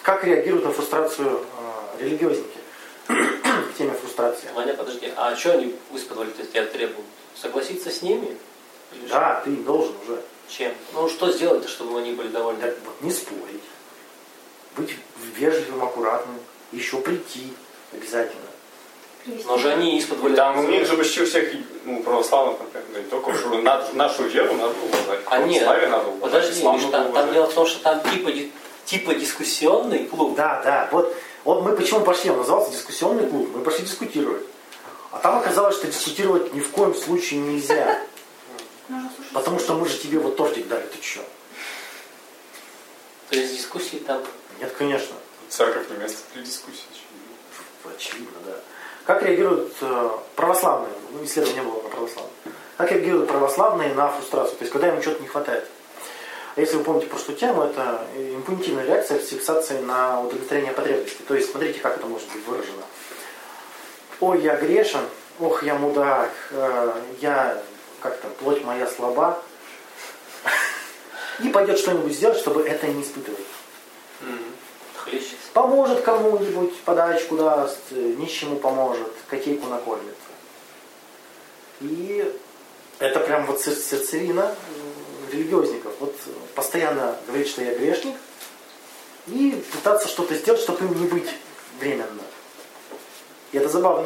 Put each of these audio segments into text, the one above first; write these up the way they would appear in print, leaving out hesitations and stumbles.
Как реагируют на фрустрацию религиозники в теме фрустрации? Ваня, подожди, а что они исподволь тебя требуют? Согласиться с ними? Да, ты должен уже. Чем? Ну что сделать, чтобы они были довольны? Так, вот, не спорить, быть вежливым, аккуратным, еще прийти обязательно. Но же они исподволь. Там у них же почти у всех православных, например, не только что нашу веру надо уважать. А нет, надо уважать. подожди, Миш, там дело в том, что там типа дискуссионный клуб. Да. Вот мы почему пошли, он назывался дискуссионный клуб, мы пошли дискутировать. А там оказалось, что дискутировать ни в коем случае нельзя. Потому что мы же тебе вот тортик дали, ты чё? То есть дискуссии там? Нет, конечно. Церковь не место для дискуссий. Очевидно, да. Как реагируют православные, исследования было на православных, как реагируют православные на фрустрацию, то есть когда им чего-то не хватает. Если вы помните прошлую тему, это импульсивная реакция с фиксацией на удовлетворение потребностей. То есть смотрите, как это может быть выражено. Ой, я грешен, ох, я мудак, я как-то плоть моя слаба. И пойдет что-нибудь сделать, чтобы это не испытывать. Хлещет. Поможет кому-нибудь, подачку даст, нищему поможет, котейку накормит. И это прям вот сердцевина религиозников. Вот постоянно говорить, что я грешник, и пытаться что-то сделать, чтобы им не быть временно. И это забавно.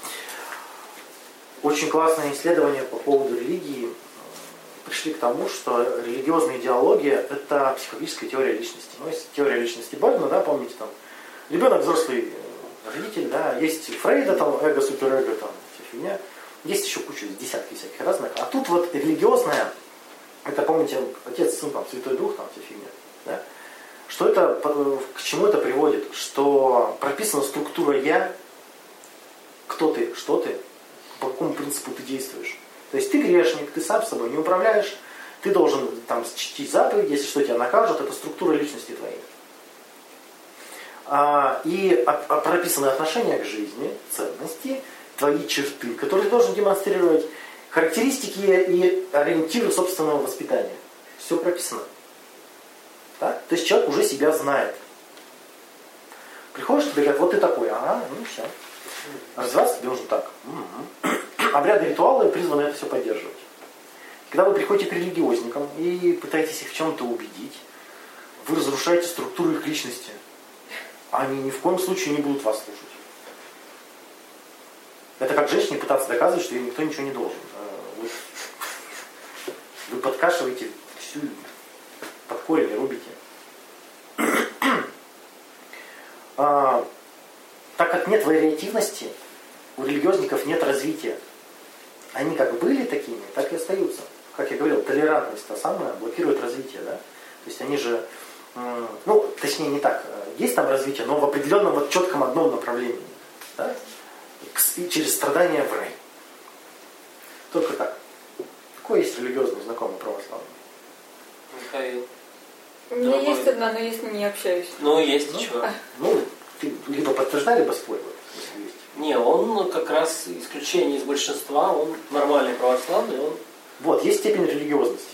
Очень классное исследование по поводу религии пришли к тому, что религиозная идеология – это психологическая теория личности. Ну, есть теория личности Бадена, да, помните, там, ребенок, взрослый родитель, да, есть Фрейда, там, эго, суперэго, там, вся фигня. Есть еще куча, десятки всяких разных. А тут вот религиозная, это, помните, Отец, Сын, там, Святой Дух, там, вся фигня, да? Что это, к чему это приводит? Что прописана структура «я», кто ты, что ты, по какому принципу ты действуешь. То есть ты грешник, ты сам собой не управляешь, ты должен там чтить заповеди, если что тебя накажут, это структура личности твоей. И прописаны отношения к жизни, ценности, твои черты, которые ты должен демонстрировать, характеристики и ориентиры собственного воспитания. Все прописано. Так? То есть человек уже себя знает. Приходишь, тебе говорят, вот ты такой, ну все. Развиваться тебе нужно так. Обряды, ритуалы призваны это все поддерживать. Когда вы приходите к религиозникам и пытаетесь их в чем-то убедить, вы разрушаете структуру их личности. Они ни в коем случае не будут вас слушать. Это как женщине пытаться доказывать, что ей никто ничего не должен. Вы подкашиваете всю, под корень рубите. Так как нет вариативности, у религиозников нет развития. Они как были такими, так и остаются. Как я говорил, толерантность та самая блокирует развитие. Да? То есть они же, точнее не так, есть там развитие, но в определенном вот четком одном направлении. Да? Через страдания в рай. Только так. Какой есть религиозный знакомый православный? Михаил. У меня есть одна, но я с ней не общаюсь. Ну, есть чего. Ты либо подтверждай, либо спорь. Если есть. Не, он как раз исключение из большинства, он нормальный православный, он... Вот, есть степень религиозности.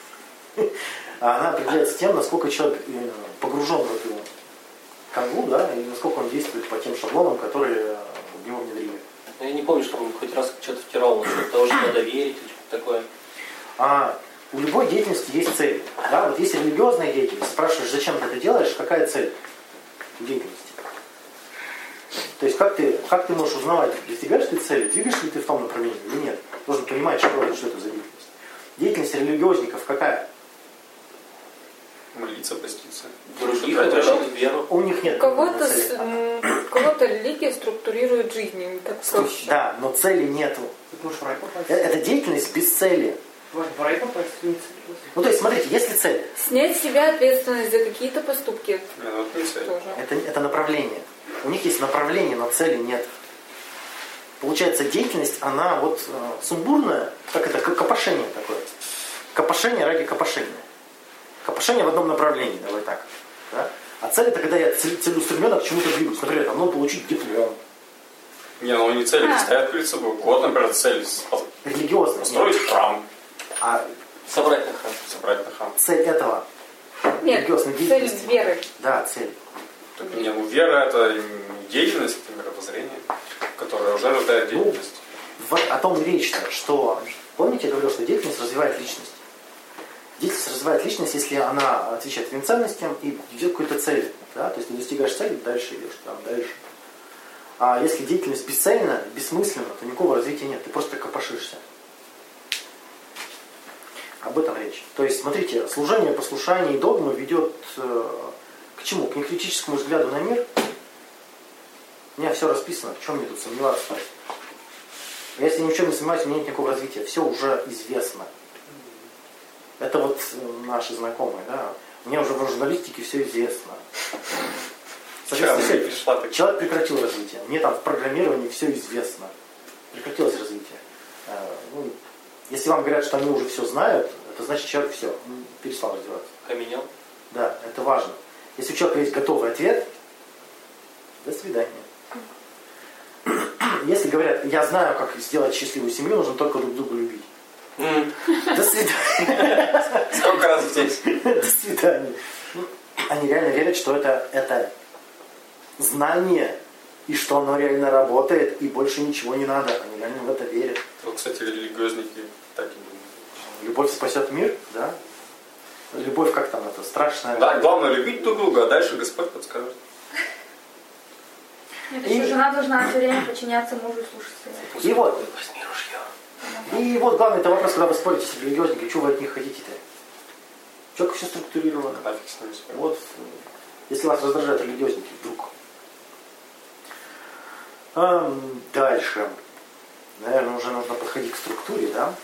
Она определяется тем, насколько человек погружен в эту канву, да, и насколько он действует по тем шаблонам, которые в него внедрили. Я не помню, что он хоть раз что-то втирал, насчет того, что надо верить или что-то такое. У любой деятельности есть цель. Да? Вот если религиозная деятельность, спрашиваешь, зачем ты это делаешь, какая цель деятельности? То есть как ты можешь узнавать, достигаешь ты цели, двигаешься ли ты в том направлении или нет? Должен понимать, что это за деятельность. Деятельность религиозников какая? Молиться, поститься. Других обращать веру. У них нет цели. Кого-то религия структурирует жизнь, им так проще. Да, но цели нету. Это деятельность без цели. То есть, смотрите, если цель. Снять с себя ответственность за какие-то поступки. Это направление. У них есть направление, но цели нет. Получается, деятельность, она вот сумбурная, как это, копошение такое. Копошение ради копошения. Копошение в одном направлении, давай так. Да? А цель это когда я целеустремленно к чему-то двигаюсь. Например, там, получить диплом. Не, ну они цели ставят перед собой. Вот, например, цель религиозная. Построить храм. Собрать на храм. Цель этого. Нет, цель веры. Да, цель. Не, ну вера это не деятельность, это мировоззрение, которое уже рождает деятельность. Вот о том и речь, что, помните, я говорил, что деятельность развивает личность. Деятельность развивает личность, если она отвечает своим ценностям и ведет к какой-то цели. Да? То есть ты достигаешь цели, дальше идешь, там, дальше. А если деятельность бесцельна, бессмысленна, то никакого развития нет, ты просто копошишься. Об этом речь. То есть, смотрите, служение, послушание и догма ведет к чему? К некритическому взгляду на мир. У меня все расписано, в чем мне тут сомневаться. Если ни в чем не сомневаюсь, у меня нет никакого развития. Все уже известно. Это вот наши знакомые, да. Мне уже в журналистике все известно. Человек прекратил развитие. Мне там в программировании все известно. Прекратилось развитие. Если вам говорят, что они уже все знают, это значит, человек все, перестал развиваться. Каменел? Да, это важно. Если у человека есть готовый ответ, до свидания. Если говорят, я знаю, как сделать счастливую семью, нужно только друг друга любить. До свидания. Сколько раз в день? До свидания. Они реально верят, что это знание, и что оно реально работает, и больше ничего не надо. Они реально в это верят. Вот, кстати, религиозники так и думают. Любовь спасет мир, да? Любовь как там это, страшная. Да, главное любить друг друга, а дальше Господь подскажет. Нет, еще жена должна все время подчиняться мужу и слушаться. И вот, и вот главный это вопрос, когда вы спорите с религиозниками, что вы от них хотите-то? Человек все структурировано. Нафиг с ними спорить. Вот, если вас раздражают религиозники, вдруг. Дальше. Наверное, уже нужно подходить к структуре, да?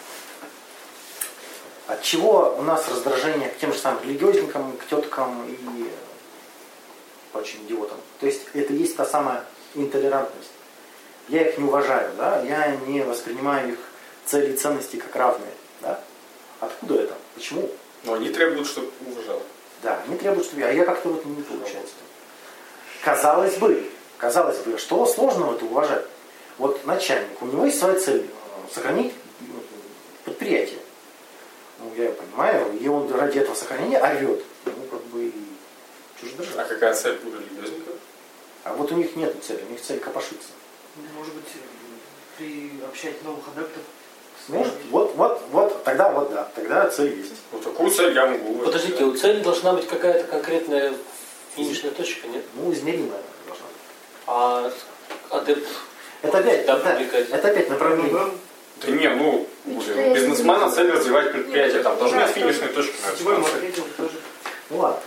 От чего у нас раздражение к тем же самым религиозникам, к теткам и прочим идиотам? То есть это есть та самая интолерантность. Я их не уважаю, да? Я не воспринимаю их цели и ценности как равные. Да? Откуда это? Почему? Но они требуют, чтобы уважал. Да, они требуют, чтобы а я как-то вот не получается. Казалось бы, что сложного-то уважать? Вот начальник, у него есть своя цель сохранить предприятие. Ну, я понимаю, и он ради этого сохранения орет. Ну, как бы, что же держать? А какая цель у религиозников? А вот у них нет цели, у них цель копошиться. Может быть, приобщать новых адептов? Может, вот, тогда вот да, тогда цель есть. Вот такую цель я могу. Подождите, у цели должна быть какая-то конкретная финишная точка, нет? Ну, измеримая должна быть. А адепт... Это опять направление. Да не, ну, у бизнесмена цель развивать предприятие, там должны быть финишные точки. Ну ладно.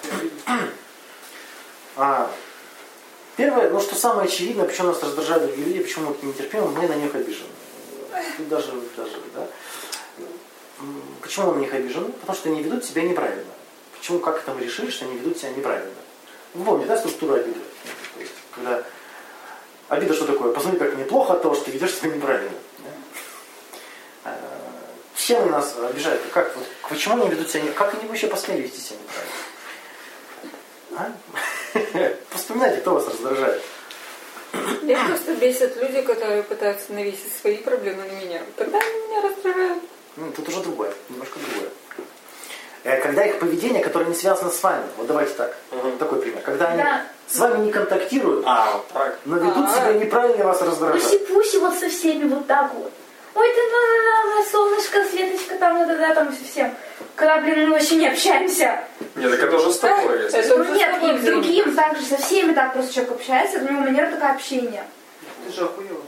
Первое, ну что самое очевидное, почему нас раздражают другие люди, почему мы нетерпимы, мы на них обижены. Тут даже, да. Почему мы на них обижены? Потому что они ведут себя неправильно. Почему, как это мы решили, что они ведут себя неправильно? Вы помните, да, структуру обиды? То есть, когда обида что такое? Посмотри, как неплохо от того, что ты ведешь себя неправильно. Да? Чем они нас обижают? Как, вот, почему они ведут себя неправильно? Как они вообще посмели вести себя неправильно? Вспоминайте, кто вас раздражает. Меня просто бесят люди, которые пытаются навесить свои проблемы на меня. Тогда они меня раздражают. Тут уже другое, немножко другое. Когда их поведение, которое не связано с вами, вот давайте так, такой пример. Когда они с вами не контактируют, вот так. но ведут себя неправильно и вас раздражают. Пуси-пуси вот со всеми вот так вот. Ой, ты солнышко, Светочка, там, там совсем. Когда, мы вообще не общаемся. Нет, так это уже с тобой. Нет, и к другим также, со всеми так просто человек общается, у него манера такая общения. Ты же охуела.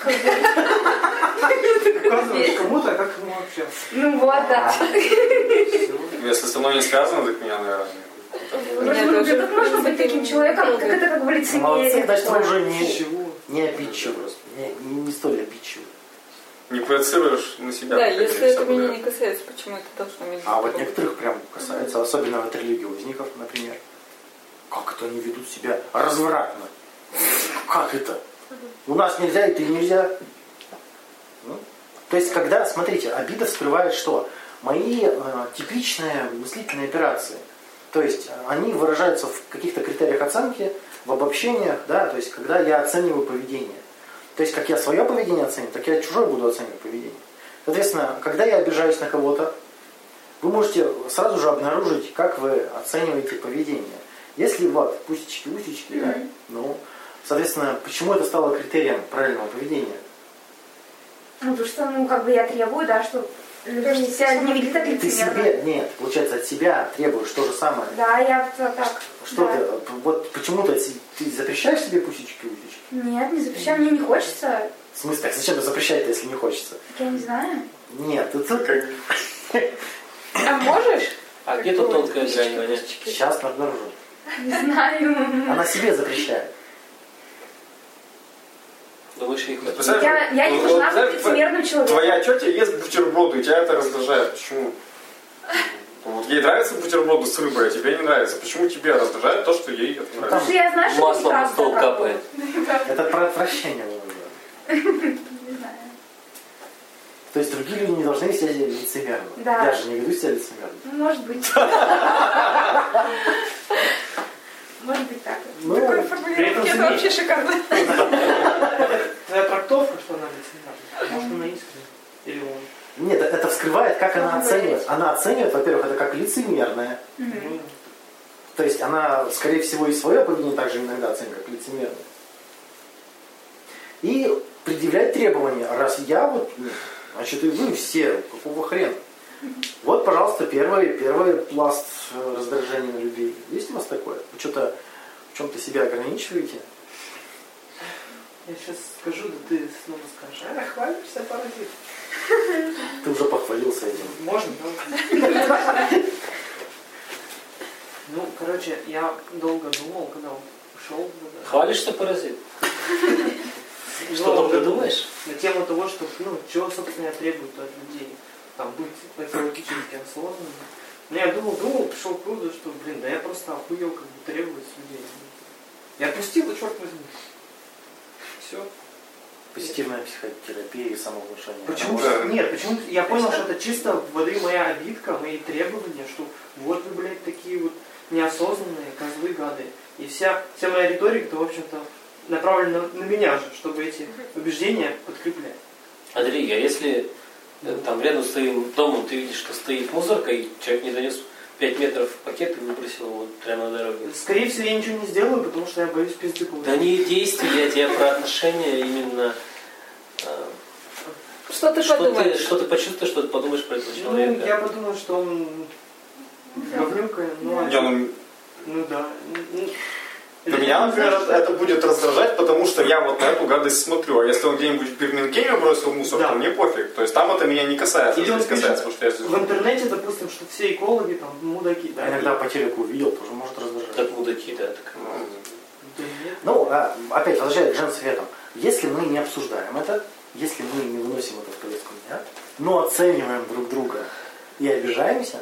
Указываешь кому-то, а как ему общаться? Ну вот, да. Если со мной не связано, так меня, наверное, Как можно быть таким человеком, как это, как говорится, молодцы, значит, вы уже не обидчивы, не столь обидчивы. не проецируешь на себя. Да, если это меня не касается, почему это должно меня? А вот некоторых прям касается, особенно от религиозников, например. Как это они ведут себя развратно? Как это? У нас нельзя, и ты нельзя. Ну? То есть, когда, смотрите, обида вскрывает что? Мои типичные мыслительные операции. То есть, они выражаются в каких-то критериях оценки, в обобщениях, да, то есть, когда я оцениваю поведение. То есть, как я свое поведение оцениваю, так я чужое буду оценивать поведение. Соответственно, когда я обижаюсь на кого-то, вы можете сразу же обнаружить, как вы оцениваете поведение. Если вот пусечки, усечки, да, ну, соответственно, почему это стало критерием правильного поведения? Ну, потому что, ну, как бы я требую, да, что люди себя не вели так Ты лицемерно. себе, нет, получается, от себя требуешь то же самое. Да, я так. Что да. ты, вот почему-то ты запрещаешь себе пусечки, усечки? Нет, не запрещаю, мне не хочется. В смысле, так зачем запрещать-то, если не хочется? Так я не знаю. Нет, это как... А можешь? А где тут тонкая грань, Ваня? Сейчас обнаружу. Не знаю. Она себе запрещает. Думаешь, их... Я не должна быть лицемерным человеком. Твоя тетя ест бутерброды, и тебя это раздражает. Почему? Вот ей нравятся бутерброды с рыбой, а тебе не нравится. Почему тебе раздражает то, что ей это Потому нравится? что я знаю, что это Масло на неправда. стол капает. Это про отвращение. наверное. Не знаю. То есть другие люди не должны себя лицемерно. Да. Я же не веду себя лицемерно. Ну, может быть. Может быть так. Ну, Такой при формулировки, это вообще шикарно. Твоя трактовка, что она лицемерна. Может, она искренняя. Или он. Нет, это вскрывает, как она оценивает. Она оценивает, во-первых, это как лицемерное. Ну, То есть она, скорее всего, и свое поведение также иногда оценивает как лицемерное. И предъявляет требования. Раз я вот, значит и вы все, какого хрена? Вот, пожалуйста, первый пласт раздражения на людей. Есть у вас такое? Вы что-то в чем-то себя ограничиваете? я сейчас скажу, да ты снова скажешь. Хвалишься, паразит. Ты уже похвалился этим. Можно, да? Ну, короче, я долго думал, когда ушел. Хвалишься, паразит? Что Долго долго думал думаешь? На тему того, что, ну, чего, собственно, я требую от людей. Там, быть патологически осознанным. Но я думал, пришел к выводу, что, блин, да я просто охуел, как бы требовать с людей. Я отпустил, и черт возьми. Все. Позитивная психотерапия и самовнушение. Почему? Да. Нет, почему? Я понял, что это чисто воды моя обидка, мои требования, что вот вы, блядь, такие вот неосознанные, козлы, гады. И вся моя риторика-то, в общем-то, направлена на меня же, чтобы эти убеждения подкреплять. Андрей, а если там рядом с твоим домом ты видишь, что стоит мусорка, и человек не донес 5 метров пакет и выбросил его вот прямо на дороге? Скорее всего, я ничего не сделаю, потому что я боюсь пизды получить. Да не действия, я тебе про отношения именно... Что ты подумаешь? Что ты почувствуешь, что ты подумаешь про этого человека? Ну, я подумал, что он говнюка, ну, Не, ну, ну да. на меня, например, это будет раздражать, потому что я вот на эту гадость смотрю. А если он где-нибудь в Бирмингеме бросил мусор, Да. то мне пофиг. То есть там это меня не касается. Или он здесь касается, пишет потому что я здесь в интернете, допустим, что все экологи там мудаки. Да, Иногда по телеку увидел, тоже может раздражать. Так мудаки, да. Так. Да нет. Ну, опять, возвращаясь к женсоветам. Если мы не обсуждаем это, если мы не выносим это в повестку дня, но оцениваем друг друга и обижаемся,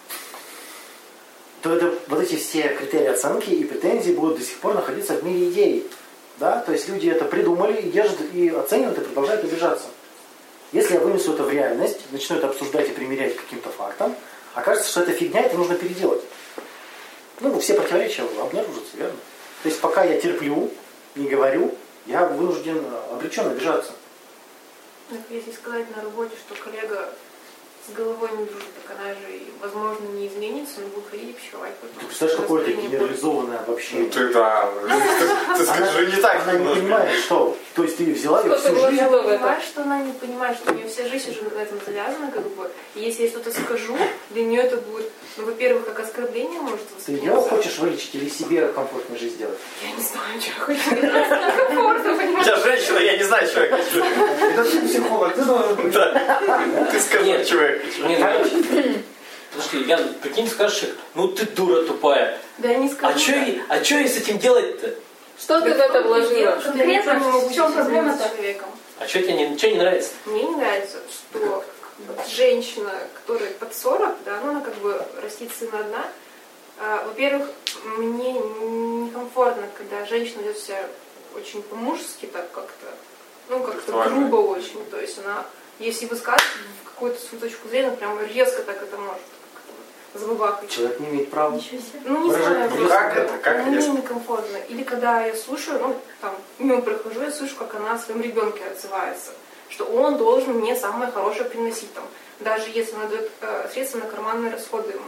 то это, вот эти все критерии оценки и претензии будут до сих пор находиться в мире идей. Да? То есть люди это придумали и держат, и оценивают, и продолжают обижаться. Если я вынесу это в реальность, начну это обсуждать и примерять к каким-то фактам, окажется, что это фигня, это нужно переделать. Ну, все противоречия обнаружатся, верно? То есть пока я терплю, не говорю, я вынужден обречен обижаться. Так, если сказать на работе, что коллега с головой не дружит, так она же, возможно, не изменится, но будет ходить и пищевать. Ты представляешь, какое-то генерализованное обобщение. Ну ты да, ты скажи не так. Она не немножко. понимает, что. То есть ты взяла ее Что ты всю жизнь. Я вложила в понимаю, это? что она не понимает, что у нее вся жизнь уже на этом завязана, как бы. И если я что-то скажу, для нее это будет, ну, во-первых, как оскорбление может Ты ее восприняться. хочешь вылечить или себе комфортную жизнь сделать? Я не знаю, что я хочу. Мне просто комфортно, понимаешь? Я женщина, я не знаю, что я хочу. Это ты психолог, ты должен быть. Да. Ты скажи, Нет. что я хочу. Нет, подожди, Ян, прикинь, скажешь, ну ты дура тупая. Да я не скажу. А что ей с этим делать-то? Что ты в это вложила? Конкретно В чем проблема-то? человеком. А что тебе ничего не нравится? Мне не нравится, что женщина, которая под 40, да, ну, она как бы растит сына одна. Во-первых, мне некомфортно, когда женщина ведет себя очень по-мужески, так как-то, ну, как-то Виртуально. грубо очень. То есть она, если высказывает какую-то свою точку зрения, прям резко так это может как-то вот забабахать. Человек не имеет права. Ничего себе. Ну, не Выражать знаю, мнение. Как это? Как мне резко? некомфортно. Или когда я слушаю, ну, там, мимо прохожу, я слышу, как она о своем ребенке отзывается, что он должен мне самое хорошее приносить, там, даже если она дает средства на карманные расходы ему.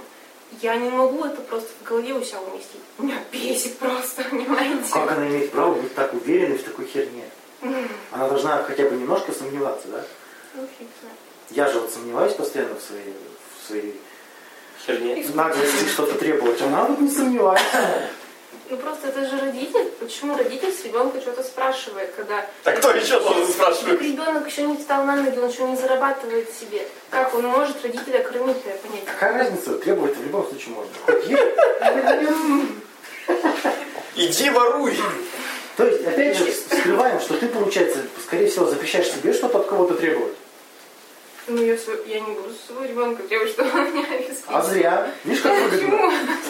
я не могу это просто в голове у себя уместить. Меня бесит просто, понимаете? Как она имеет право быть так уверенной в такой херне? Она должна хотя бы немножко сомневаться, да? Ну, фиг знает. Я же вот сомневаюсь постоянно в своей Херня. наглости что-то требовать. Она вот не сомневается. Ну просто это же родитель. Почему родитель с ребенка что-то спрашивает, когда... Так кто еще должен Так спрашивать? ребенок еще не встал на ноги, он еще не зарабатывает себе. Как он может родителя кормить-то, я понять? Какая разница? Требовать в любом случае можно. Хоть ешь. Иди воруй! То есть, опять же, скрываем, что ты, получается, скорее всего, запрещаешь себе что-то от кого-то требовать. Ну, я не буду своего ребенка требовать, чтобы он меня обеспечил. А зря. Видишь, как выгодно?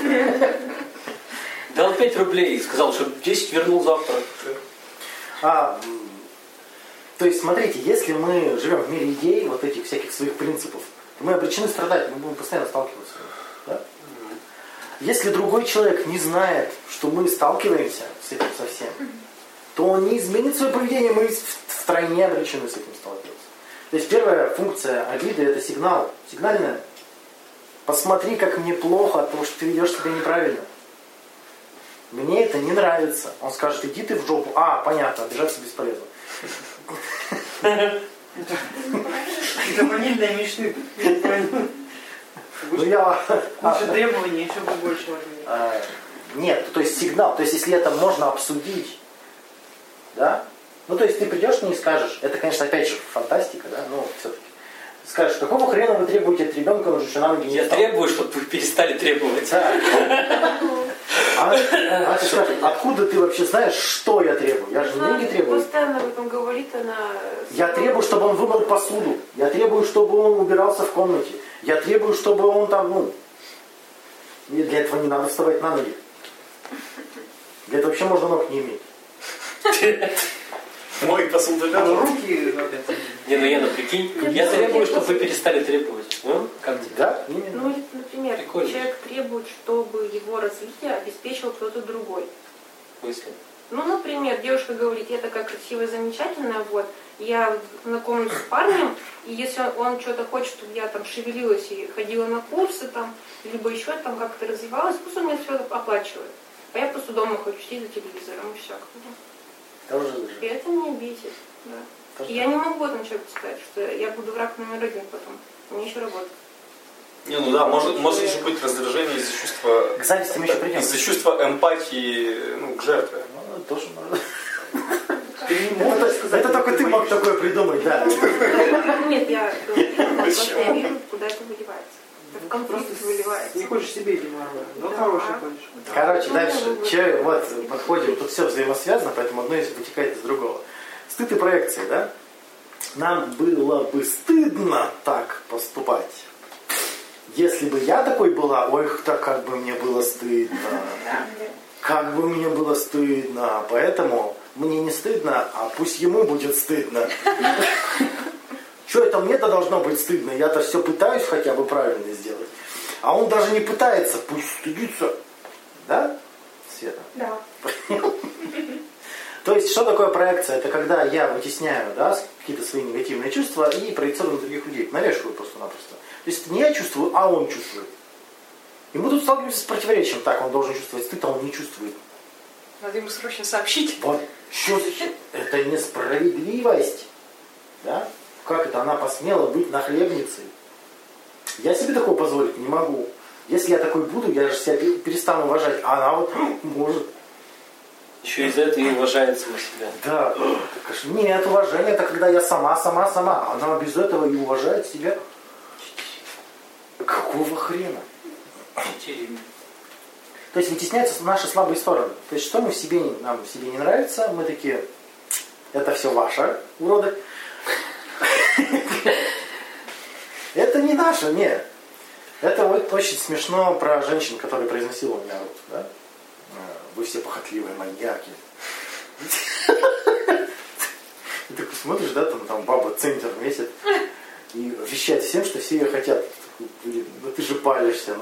Дал 5 рублей и сказал, что 10 вернул завтра. То есть, смотрите, если мы живем в мире идей, вот этих всяких своих принципов, то мы обречены страдать, мы будем постоянно сталкиваться. Да? Если другой человек не знает, что мы сталкиваемся с этим совсем, то он не изменит свое поведение, мы втройне обречены с этим сталкиваться. То есть первая функция обиды – это сигнал, сигнальная. Посмотри, как мне плохо от того, что ты ведешь себя неправильно. Мне это не нравится. Он скажет, иди ты в жопу. Понятно, обижаться бесполезно. Это ванильные мечты. Лучше требования, еще бы больше важнее. Нет, то есть сигнал. То есть если это можно обсудить, да? Ну, то есть ты придешь и не скажешь. Это, конечно, опять же фантастика, да? Но все-таки. Скажешь, какого хрена вы требуете от ребенка, он же еще на ноги не Я встал? требую, чтобы вы перестали требовать. Да. А ты скажешь, откуда ты вообще знаешь, что я требую? Я же деньги требую. Постоянно об этом говорит она. Я требую, чтобы он вымыл посуду. Я требую, чтобы он убирался в комнате. Я требую, чтобы он там, и для этого не надо вставать на ноги. Для этого вообще можно ног не иметь. Мой посуду Руки. Не, прикинь, я требую, чтобы вы перестали требовать. Ну, как тебе? Да, именно. Ну, например, Прикольно. человек требует, чтобы его развитие обеспечил кто-то другой. В смысле? Ну, например, девушка говорит, я такая красивая, замечательная, вот, я знакомлюсь с парнем, и если он что-то хочет, чтобы я там шевелилась и ходила на курсы там, либо еще там как-то развивалась, пусть он мне все это оплачивает. А я просто дома хочу сидеть за телевизором и все. И это меня бесит, да. И я не могу этому человеку сказать, что я буду враг номер 1 потом. Мне еще работать. Не, ну да, может же быть раздражение из-за чувства... К зависти мы еще придем. Из-за чувства эмпатии, к жертве. Ну, тоже можно. Это только ты мог такое придумать, да. Нет, я просто я вижу, куда это выливается. Это в конфликт выливается. Не хочешь себе геморроя, но хороший хочешь. Короче, дальше. Вот, подходим. Тут все взаимосвязано, поэтому одно из вытекает из другого. Стыд и проекции, да? Нам было бы стыдно так поступать. Если бы я такой была, ой, так как бы мне было стыдно. Как бы мне было стыдно. Поэтому мне не стыдно, а пусть ему будет стыдно. Что это мне-то должно быть стыдно? Я-то все пытаюсь хотя бы правильно сделать. А он даже не пытается, пусть стыдится. Да, Света? Да. То есть, что такое проекция? Это когда я вытесняю, да, какие-то свои негативные чувства и проецирую на других людей. Навешиваю просто-напросто. То есть, это не я чувствую, а он чувствует. И мы тут сталкиваемся с противоречием. Так, он должен чувствовать стыд, а он не чувствует. Надо ему срочно сообщить. Вот. Что это несправедливость. Да? Как это? Она посмела быть нахлебницей. Я себе такого позволить не могу. Если я такой буду, я же себя перестану уважать. А она вот может. Еще из-за этого и уважает сама себя. Да. Нет, уважение это когда я сама. А она без этого и уважает себя. Какого хрена? То есть вытесняются наши слабые стороны. То есть что нам в себе не нравится, мы такие, это все ваше, уроды. Это не наше, нет. Это вот очень смешно про женщин, которые про изнасилование орут, да? Вы все похотливые маньяки. И ты смотришь, да, там баба центр месяц и вещает всем, что все ее хотят. Блин, ну ты же палишься,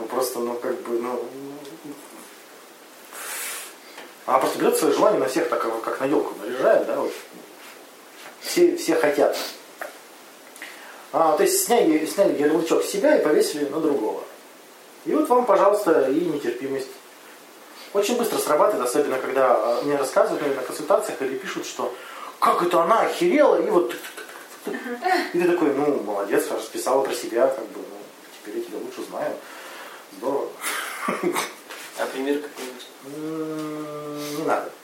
Она просто берет свое желание на всех, так как на елку наряжает, да, вот. Все хотят. То есть сняли ярлычок с себя и повесили на другого. И вот вам, пожалуйста, и нетерпимость. Очень быстро срабатывает, особенно когда мне рассказывают на консультациях или пишут, что как это она охерела, и вот... И ты такой, ну, молодец, расписала про себя, как бы, ну, теперь я тебя лучше знаю. Здорово. А пример какой-нибудь? Не надо.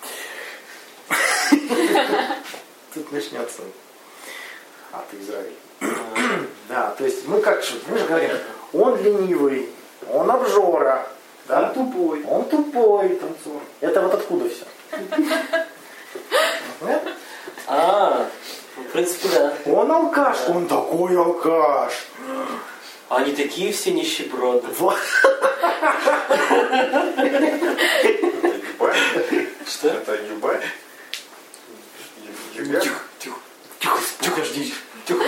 Тут начнется. А ты Израиль. Да, то есть мы же говорим, он ленивый, он обжора, да? Он тупой. Танцор. Это вот откуда все? В принципе, да. Он алкаш, он такой алкаш. А они такие все нищеброды. Вот. Что? Это ебать? Тихо, жди. Тихо.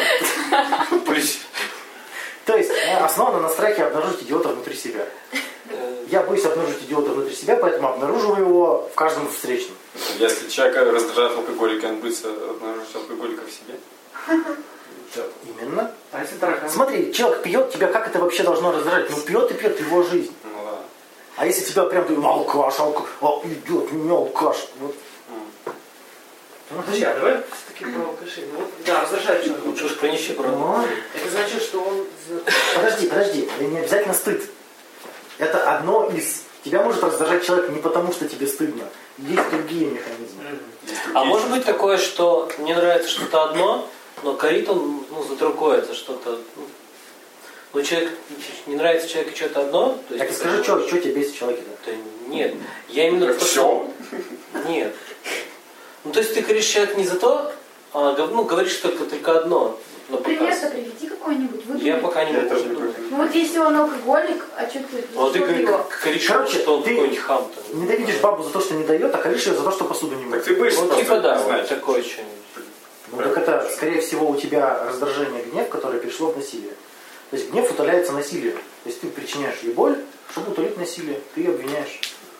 То есть основано на страхе обнаружить идиота внутри себя. Я боюсь обнаружить идиота внутри себя, поэтому обнаруживаю его в каждом встречном. Если человека раздражает алкоголик, он будет обнаружить алкоголика в себе? Именно. А если таракан? Смотри, человек пьет, тебя как это вообще должно раздражать? Ну пьет и пьет, его жизнь. Ну да. А если тебя прям ты алкаш, идет, не алкаш. Вот. Ну, подожди, а давай все-таки про алкашей. Ну, вот, да, раздражает человека. Лучше уж про нищеброда. Но... Это значит, что он... Подожди, не обязательно стыд. Это одно из... Тебя может раздражать человек не потому, что тебе стыдно. Есть другие механизмы. А может быть такое, что мне нравится что-то одно, но корит он за другое, за что-то... Ну, человек, не нравится человеку что-то одно... То есть, Так и скажи, что тебе бесит в человеке? Да нет, я именно... Все? Нет. Ну, то есть ты говоришь человек не за то, а говоришь только одно. Пример-то приведи какой-нибудь. Я пока не могу. Ну вот если он алкоголик, а что ты? Вот ты коришь, что он какой-нибудь хам. Ненавидишь бабу за то, что не дает, а коришь ее за то, что посуду не моет. Так ты будешь Вот просто типа да, не знать. вот такое что-нибудь. Ну так это, скорее всего, у тебя раздражение, гнев, которое перешло в насилие. То есть гнев утоляется насилием. То есть ты причиняешь ей боль, чтобы утолить насилие, ты ее обвиняешь.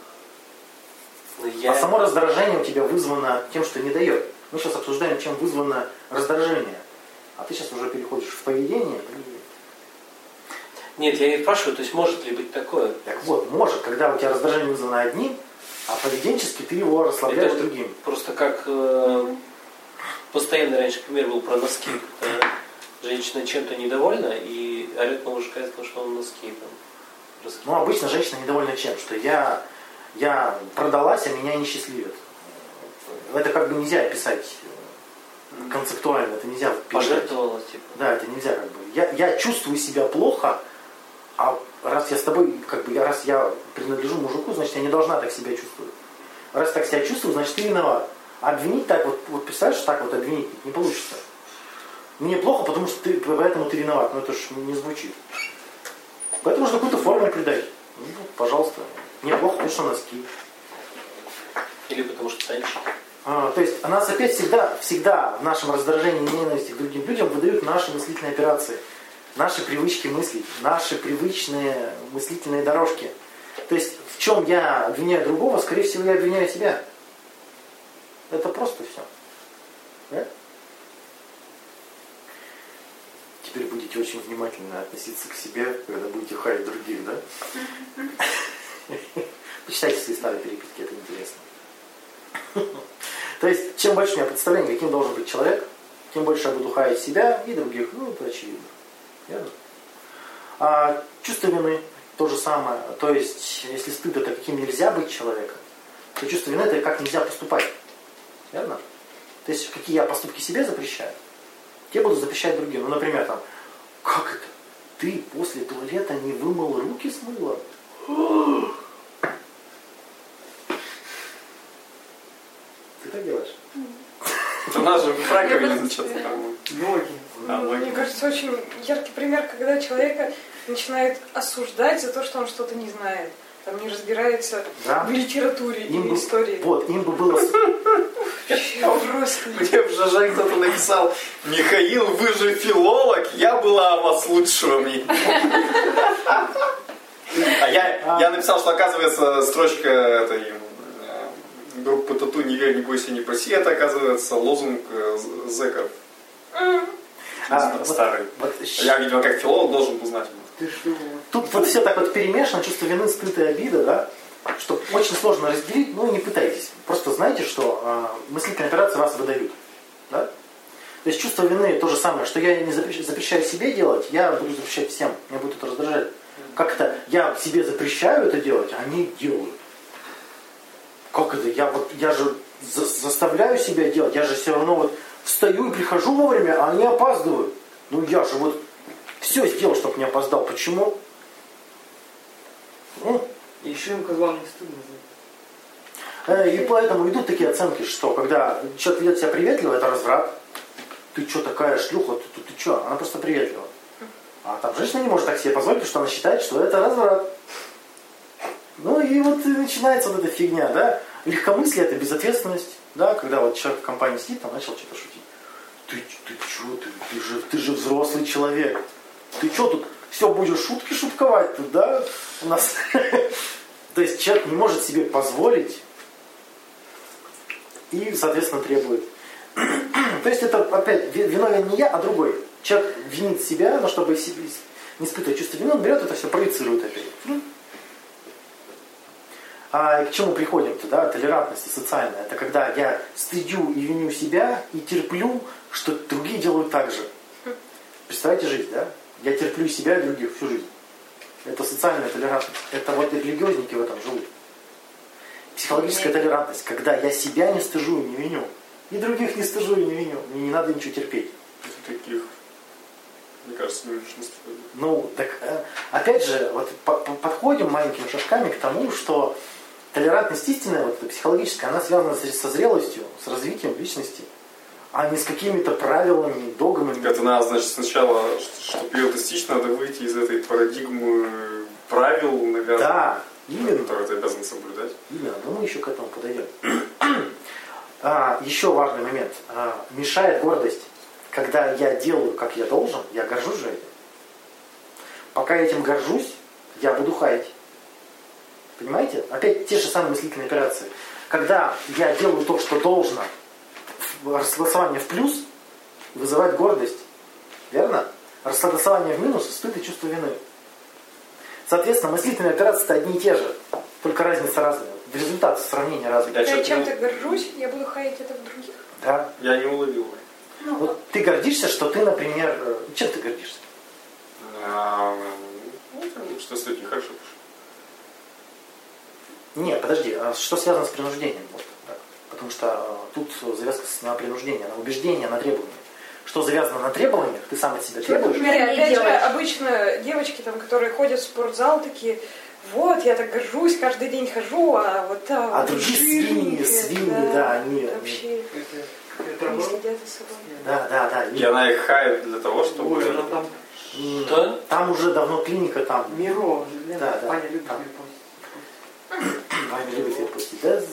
А само раздражение у тебя вызвано тем, что не дает. Мы сейчас обсуждаем, чем вызвано раздражение. А ты сейчас уже переходишь в поведение. Нет, я не спрашиваю, то есть может ли быть такое? Так вот, может, когда у тебя раздражение вызвано одним, а поведенчески ты его расслабляешь Это другим. Просто как постоянно раньше пример был про носки. Когда женщина чем-то недовольна и орет на мужика из-за того, что он носки там. Ну, обычно женщина недовольна чем? Что я продалась, а меня не счастливят. Это как бы нельзя описать концептуально, это нельзя передать. Пожертвовала, типа. Да, это нельзя как бы. Я чувствую себя плохо, а раз я с тобой, раз я принадлежу мужику, значит, я не должна так себя чувствовать. Раз так себя чувствую, значит, ты виноват. Обвинить так вот представляешь, так вот обвинить не получится. Мне плохо, потому что поэтому ты виноват. Но это ж не звучит. Поэтому нужно какую-то форму придать. Ну, пожалуйста. Мне плохо, потому что носки. Или потому что танчик. То есть нас опять всегда в нашем раздражении и ненависти к другим людям выдают наши мыслительные операции, наши привычки мыслить, наши привычные мыслительные дорожки. То есть в чем я обвиняю другого, скорее всего, я обвиняю себя. Это просто все. Да? Теперь будете очень внимательно относиться к себе, когда будете хаять других, да? Почитайте свои старые переписки, это интересно. То есть, чем больше у меня представление, каким должен быть человек, тем больше я буду хаять себя и других. Ну, это очевидно. Верно? А чувство вины то же самое. То есть, если стыд это каким нельзя быть человеком, то чувство вины это как нельзя поступать. Верно? То есть, какие я поступки себе запрещаю, те буду запрещать другим. Ну, например, там, как это? Ты после туалета не вымыл руки с мылом? Ты так делаешь? У нас же в раковине что-то там. Ноги. Мне кажется, очень яркий пример, когда человека начинает осуждать за то, что он что-то не знает. Там не разбирается в литературе и истории. Вот, им бы было... Просто. Мне в ЖЖ кто-то написал: Михаил, вы же филолог, я была о вас лучшего мнения. А я написал, что оказывается строчка этой группы Тату «Не верь, не бойся, не проси», это оказывается лозунг зэков. Старый. Я, видимо, как филолог должен был знать. Ты что? Тут вот все так вот перемешано, чувство вины, стыд и обида, да? Что очень сложно разделить, ну и не пытайтесь. Просто знайте, что мыслительные операции вас выдают. Да? То есть чувство вины то же самое, что я не запрещаю себе делать, я буду запрещать всем, меня будет это раздражать. Как это? Я себе запрещаю это делать, а они делают. Как это? Я же заставляю себя делать, я же все равно вот встаю и прихожу вовремя, а они опаздывают. Ну я же вот все сделал, чтобы не опоздал. Почему? И еще им, как главное, стыдно за это. И поэтому идут такие оценки, что когда человек ведет себя приветливо, это разврат. Ты что такая шлюха, ты что? Она просто приветлива. А там женщина не может так себе позволить, потому что она считает, что это разврат. Ну и вот и начинается вот эта фигня, да? Легкомыслие это безответственность, да? Когда вот человек в компании сидит, там начал что-то шутить. Ты что, ты же взрослый человек. Ты что тут все будешь шутки шутковать тут, да? У нас. То есть человек не может себе позволить и, соответственно, требует. То есть это опять виновен не я, а другой. Человек винит себя, но чтобы не испытывать чувство вины, он берет это все, проецирует опять. А к чему приходим-то, да? Толерантность социальная. Это когда я стыдю и виню себя и терплю, что другие делают так же. Представляете жизнь, да? Я терплю себя и других всю жизнь. Это социальная толерантность. Это вот религиозники в этом живут. Психологическая толерантность, когда я себя не стыжу и не виню. И других не стыжу и не виню. Мне не надо ничего терпеть. Таких, мне кажется, меньшинство. Ну, так, опять же, вот подходим маленькими шажками к тому, что толерантность истинная, вот эта психологическая, она связана со зрелостью, с развитием личности, а не с какими-то правилами, догмами. Это надо, значит, сначала, чтобы ее достичь, надо выйти из этой парадигмы правил, наверное, да, именно, которые ты обязан соблюдать. Именно, но мы еще к этому подойдем. Еще важный момент. Мешает гордость. Когда я делаю, как я должен, я горжусь же этим. Пока я этим горжусь, я буду хаять. Понимаете? Опять те же самые мыслительные операции. Когда я делаю то, что должно, расслоение в плюс вызывает гордость. Верно? Расслоение в минус, стыд и чувство вины. Соответственно, мыслительные операции-то одни и те же. Только разница разная. Результат сравнения разный. Я чем-то горжусь, я буду хаять это в других. Да. Я не уловил. Вот ты гордишься, что ты, например... Чем ты гордишься? Что с этим хорошо. Нет, подожди. Что связано с принуждением? Вот, так. Потому что тут завязка на принуждение, на убеждение, на требование. Что завязано на требованиях, ты сам от себя требуешь. Опять же, обычно девочки, там, которые ходят в спортзал, такие... Вот, я так горжусь, каждый день хожу, а вот там... А другие свиньи, да, они... Вообще не следят за собой. Да. И она их хает для того, чтобы... Ой, она там... Что? Там уже давно клиника, там... Миро, да. Паня любит там. перепостить. Паня любит перепостить, да?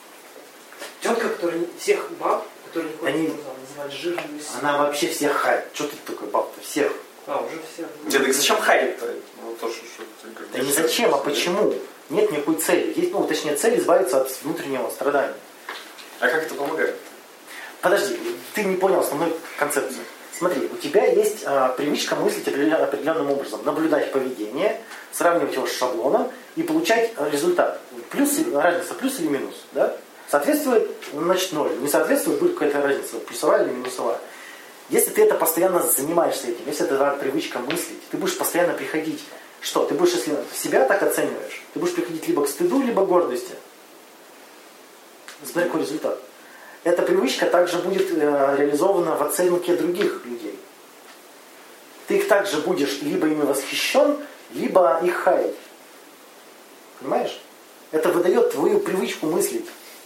Тетка, которая всех баб, которые не ходят Они... в спортзал, называют жирными. Она вообще всех хает. Что ты такой баб-то? Всех. Уже все. Нет, так зачем хайт-то? Ну, то, что ты говоришь. Да не зачем, а почему? Нет никакой цели. Есть, точнее, цель избавиться от внутреннего страдания. А как это помогает? Подожди, ты не понял основной концепцию. Смотри, у тебя есть привычка мыслить определенным образом, наблюдать поведение, сравнивать его с шаблоном и получать результат. Разница плюс или минус. Да? Соответствует, значит 0. Не соответствует, будет какая-то разница, плюсовая или минусовая. Если ты это постоянно занимаешься этим, если это твоя привычка мыслить, ты будешь постоянно приходить. Что? Ты будешь, если себя так оцениваешь, ты будешь приходить либо к стыду, либо к гордости. Смотри, какой результат. Эта привычка также будет реализована в оценке других людей. Ты их также будешь либо ими восхищен, либо их хаять. Понимаешь? Это выдает твою привычку мыслить.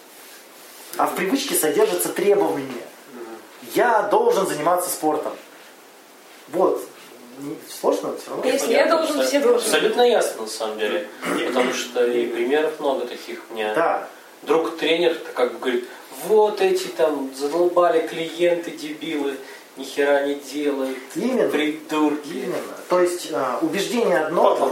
А в привычке содержатся требования. Я должен заниматься спортом. Вот. Сложно, все равно. Если я должен, все должны. Абсолютно ясно, на самом деле. Потому что и примеров много таких у меня. Да. Друг тренер как бы говорит, вот эти там задолбали клиенты, дебилы, ни хера не делают, Именно. придурки. Именно. То есть убеждение одно.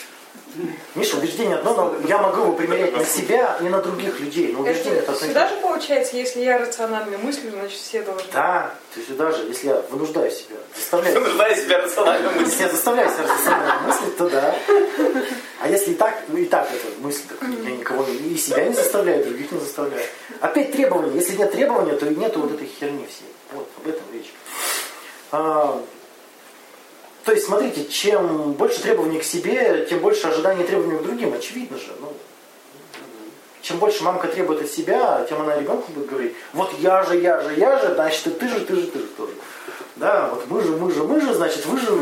Миша, убеждение одно, но я могу его примерять на себя и на других людей. Но убеждение это Сюда же получается, если я рационально мыслю, значит все должны. Да, то есть даже если я вынуждаю себя, заставляю Вынуждаю себя рационально Если мыслить. я заставляю себя рационально мыслить, то да. А если и так, ну и так это мысль, так я никого и себя не заставляю, и других не заставляю. Опять требования. Если нет требования, то и нету вот этой херни всей. Вот, об этом речь. То есть, смотрите, чем больше требований к себе, тем больше ожиданий и требований к другим. Очевидно же. Ну, чем больше мамка требует от себя, тем она ребенку будет говорить, вот я же, значит, и ты же тоже. Да, вот мы же, значит, вы же.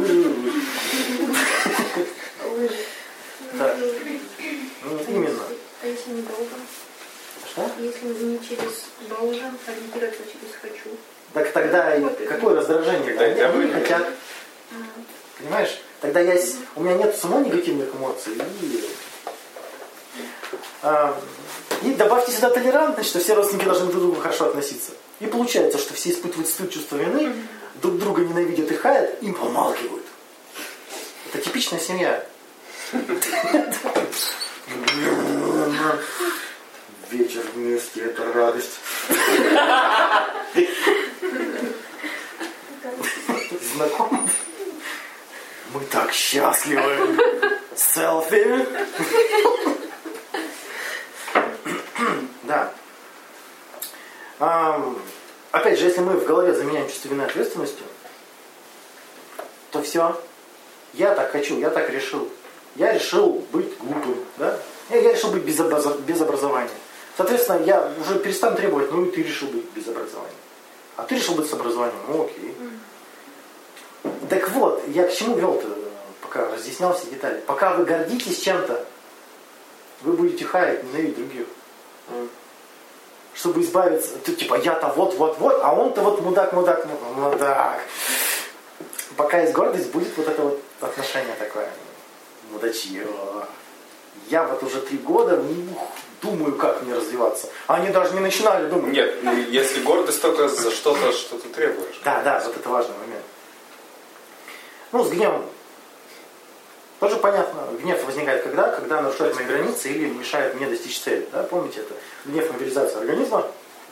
Да. Ну, именно. А если не должен? Что? Если не через должен, ориентироваться через хочу. Так тогда какое раздражение? Тогда Они не тебя хотят. Понимаешь? Тогда у меня нет самой негативных эмоций. И добавьте сюда толерантность, что все родственники должны друг к другу хорошо относиться. И получается, что все испытывают стыд, чувство вины, друг друга ненавидят и хаят, им помалкивают. Это типичная семья. Вечер вместе — это радость. Знакомы? Мы так счастливы. Селфи. Да. Опять же, если мы в голове заменяем чувство вины ответственностью, то все. Я так хочу, я так решил. Я решил быть глупым. Да? Я решил быть без образования. Соответственно, я уже перестану требовать, ну и ты решил быть без образования. А ты решил быть с образованием. Ну окей. Так вот, я к чему вел-то, пока разъяснял все детали. Пока вы гордитесь чем-то, вы будете хаять, ненавидеть других. Чтобы избавиться, типа я-то вот, а он-то вот мудак. Пока есть гордость, будет вот это вот отношение такое. Мудачье. Я вот уже 3 года думаю, как мне развиваться. А они даже не начинали думать. Нет, если гордость только за что-то, что ты требуешь. Да, вот это важный момент. Ну, с гневом. Тоже понятно. Гнев возникает когда нарушает мои границы или мешает мне достичь цели. Да? Помните это? Гнев — мобилизация организма.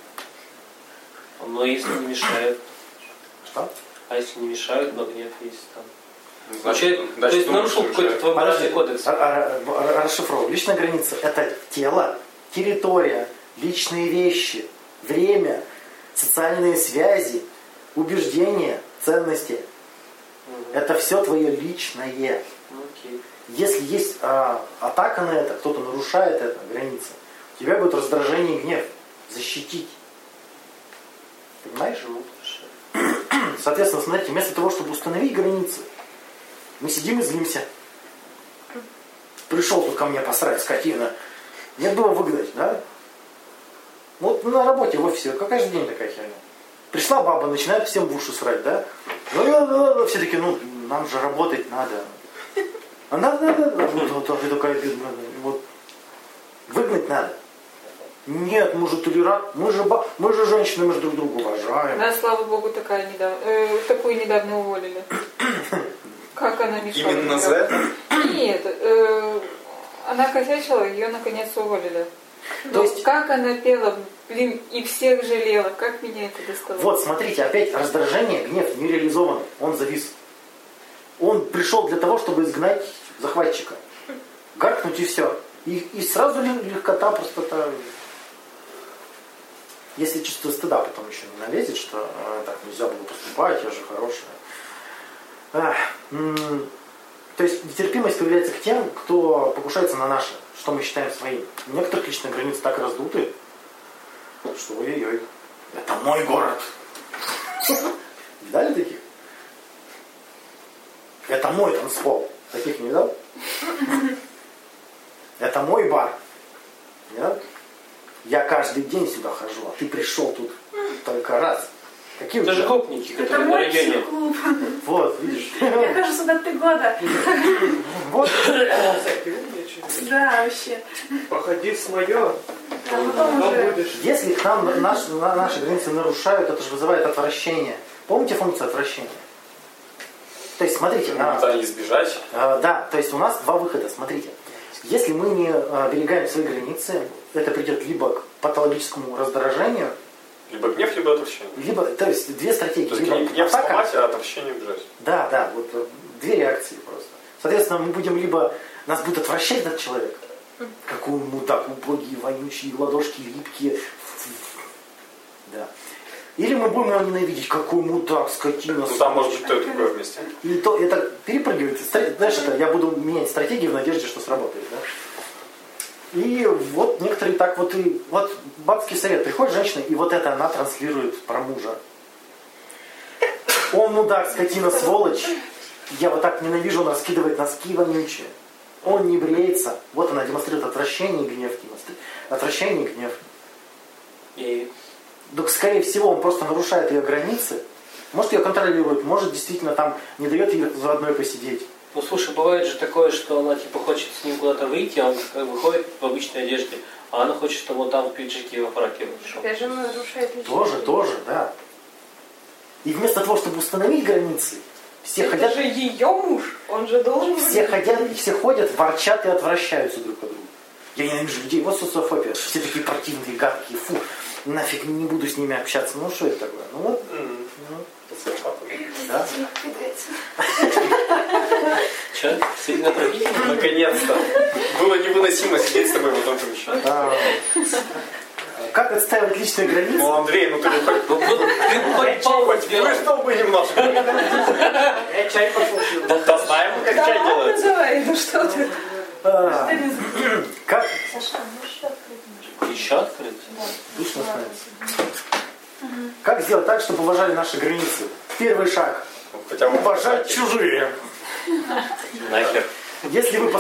Но если не мешает. Что? А если не мешают, но гнев есть там. Значит, то есть нарушил какой-то твой моральный кодекс. Расшифровываю. Личная граница — это тело, территория, личные вещи, время, социальные связи, убеждения, ценности. Это все твое личное. Окей. Если есть атака на это, кто-то нарушает это, границы, у тебя будет раздражение и гнев. Защитить. Понимаешь? Соответственно, смотрите, вместо того, чтобы установить границы, мы сидим и злимся. Пришел тут ко мне посрать, скотина. Нет было выгнать, да? Вот на работе, в офисе, каждый день такая херня. Пришла баба, начинает всем в уши срать, да? Все такие, нам же работать надо. А надо. Вот. Выгнать надо. Нет, мы же толерантны, мы же женщины, мы же друг друга уважаем. Да, слава богу, такую недавно уволили. Как она мешала? Именно за это? Нет, она косячила, ее наконец уволили. То есть, как она пела, блин, и всех жалела, как меня это достало. Вот, смотрите, опять раздражение, гнев не реализован, он завис. Он пришел для того, чтобы изгнать захватчика. Гаркнуть и все. И сразу легкота, простота. Если чувство стыда потом еще не налезет, что так нельзя было поступать, я же хорошая. То есть нетерпимость появляется к тем, кто покушается на наше, что мы считаем своим. У некоторых личные границы так раздуты, что ой-ой-ой, это мой город. Видали таких? Это мой танцпол. Таких не видал? Это мой бар. Нет? Я каждый день сюда хожу, а ты пришел тут только раз. Какие Это у тебя? же гопники, Это которые на мой районе. клуб. Вот, видишь. Я хожу сюда 3 года. Вот. Да, вообще. Походи с моё. Да, потом уже. будешь. Если к нам наши границы нарушают, это же вызывает отвращение. Помните функцию отвращения? То есть, смотрите. Да, избежать. Да, то есть у нас 2 выхода. Смотрите. Если мы не оберегаем свои границы, это придет либо к патологическому раздражению. Либо гнев, либо отвращение. Либо, то есть две стратегии. То есть либо гнев атака, сломать, а отвращение убежать. да, вот две реакции просто. Соответственно, мы будем либо нас будет отвращать этот человек, какой мудак, убогий, вонючий, ладошки липкие. Да. Или мы будем его ненавидеть, какой мудак, скотина. Ну там может быть то и другое вместе. И то это перепрыгивает. Знаешь, это я буду менять стратегии в надежде, что сработает. Да? И вот некоторые так вот и... Вот бабский совет. Приходит женщина, и вот это она транслирует про мужа. Он мудак, скотина, сволочь. Я вот так ненавижу, он раскидывает носки вонючие. Он не бреется. Вот она демонстрирует отвращение и гнев. Отвращение и гнев. И... Так, скорее всего, он просто нарушает ее границы. Может, ее контролирует, может, действительно там не дает ей заодно посидеть. Ну, слушай, бывает же такое, что она типа хочет с ним куда-то выйти, а он как бы ходит в обычной одежде, а она хочет, чтобы он там в пиджаке и во фраке вышел. Опять же, нарушает личность. Тоже, да. И вместо того, чтобы установить границы, все Это хотят... же ее муж, он же должен... Все ходят, ворчат и отвращаются друг от друга. Я ненавижу людей, вот социофобия. Все такие противные, гадкие, фу, нафиг не буду с ними общаться. Ну что это такое? Ну вот. Да? Че? Сильно отвратительно? Наконец-то. Было невыносимо сидеть с тобой в одном помещении. Как отстаивать личные границы? Ну, Андрей, ну ты бы хоть вышел бы немножко. Я чай пошел. Да знаем, как чай Да, делается. давай, ну что ты? Как? Саша, можешь открыть? Еще открыть? Душ становится. Как сделать так, чтобы уважали наши границы? Первый шаг. Хотя бы Уважать чужие. Нахер. Если вы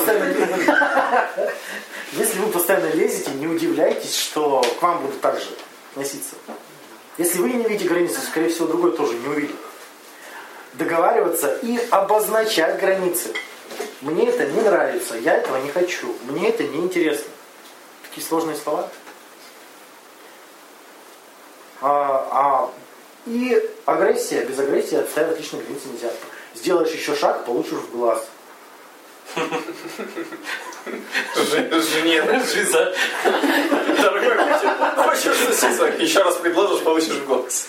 постоянно лезете, не удивляйтесь, что к вам будут так же относиться. Если вы не видите границы, скорее всего, другой тоже не увидит. Договариваться и обозначать границы. Мне это не нравится, я этого не хочу, мне это не интересно. Такие сложные слова. И агрессия, без агрессии отстаивать личные границы нельзя. Сделаешь еще шаг, получишь в глаз. Жене. Жиза. Дорогой, хочешь сосисок? Еще раз предложишь, получишь в голос.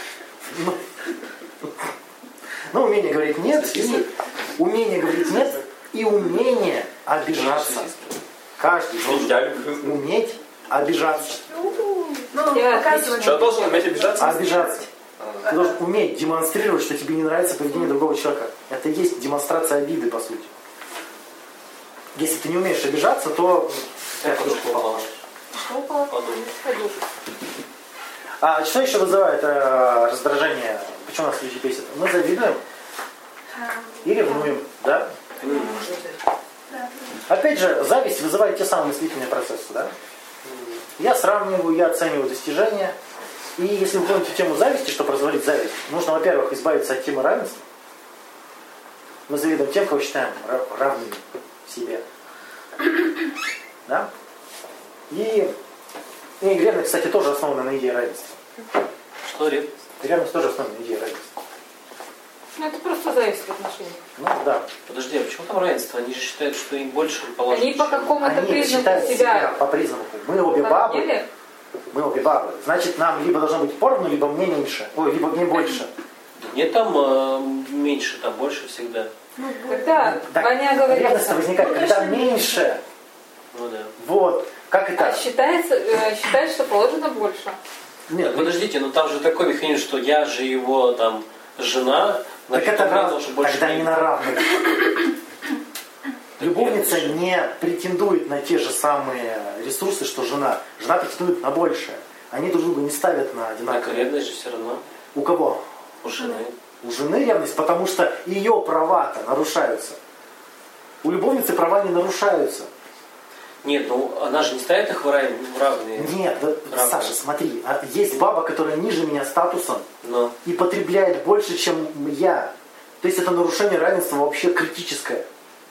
Ну, умение говорить нет, и умение обижаться. Каждый должен уметь обижаться. Ну, показывать. Что должен уметь обижаться? Обижаться. Ты должен уметь демонстрировать, что тебе не нравится поведение другого человека. Это и есть демонстрация обиды, по сути. Если ты не умеешь обижаться, то... Подушку положишь. Что упало? Подушку. А что еще вызывает раздражение? Почему нас люди бесят? Мы завидуем и ревнуем, да? Опять же, зависть вызывает те самые мыслительные процессы, да? Я сравниваю, я оцениваю достижения. И если вы помните тему зависти, чтобы развалить зависть, нужно, во-первых, избавиться от темы равенства. Мы завидуем тем, кого считаем равными себе. Да? И ревность, кстати, тоже основана на идее равенства. Что ревность? Ревность тоже основана на идее равенства. Ну, это просто зависит от отношений. Ну, да. Подожди, а почему там равенство? Они же считают, что им больше положено. Они по какому-то Они признаку считают себя себя... по признаку. Мы обе бабы. Мы обе бабы. Значит, нам либо должно быть поровну, либо мне меньше. Ой, либо мне больше. Нет, там меньше, там больше всегда. Когда Так, Ваня говорит... ревность возникает, когда меньше. Ну да. Вот. Как это? А считает, что положено больше. Нет, Подождите, но там же такой механизм, что я же его там жена, так значит, это он раз, должен больше. тогда не на равных. Любовница не претендует на те же самые ресурсы, что жена. Жена претендует на большее. Они друг друга не ставят на Так, одинаковые. ревность же все равно У кого? у жены. У жены ревность, потому что ее права-то нарушаются. У любовницы права не нарушаются. Нет, ну она же не ставит их в равные. Нет, да, Равные. Саша, смотри, есть баба, которая ниже меня статусом Но. и потребляет больше, чем я. То есть это нарушение равенства вообще критическое.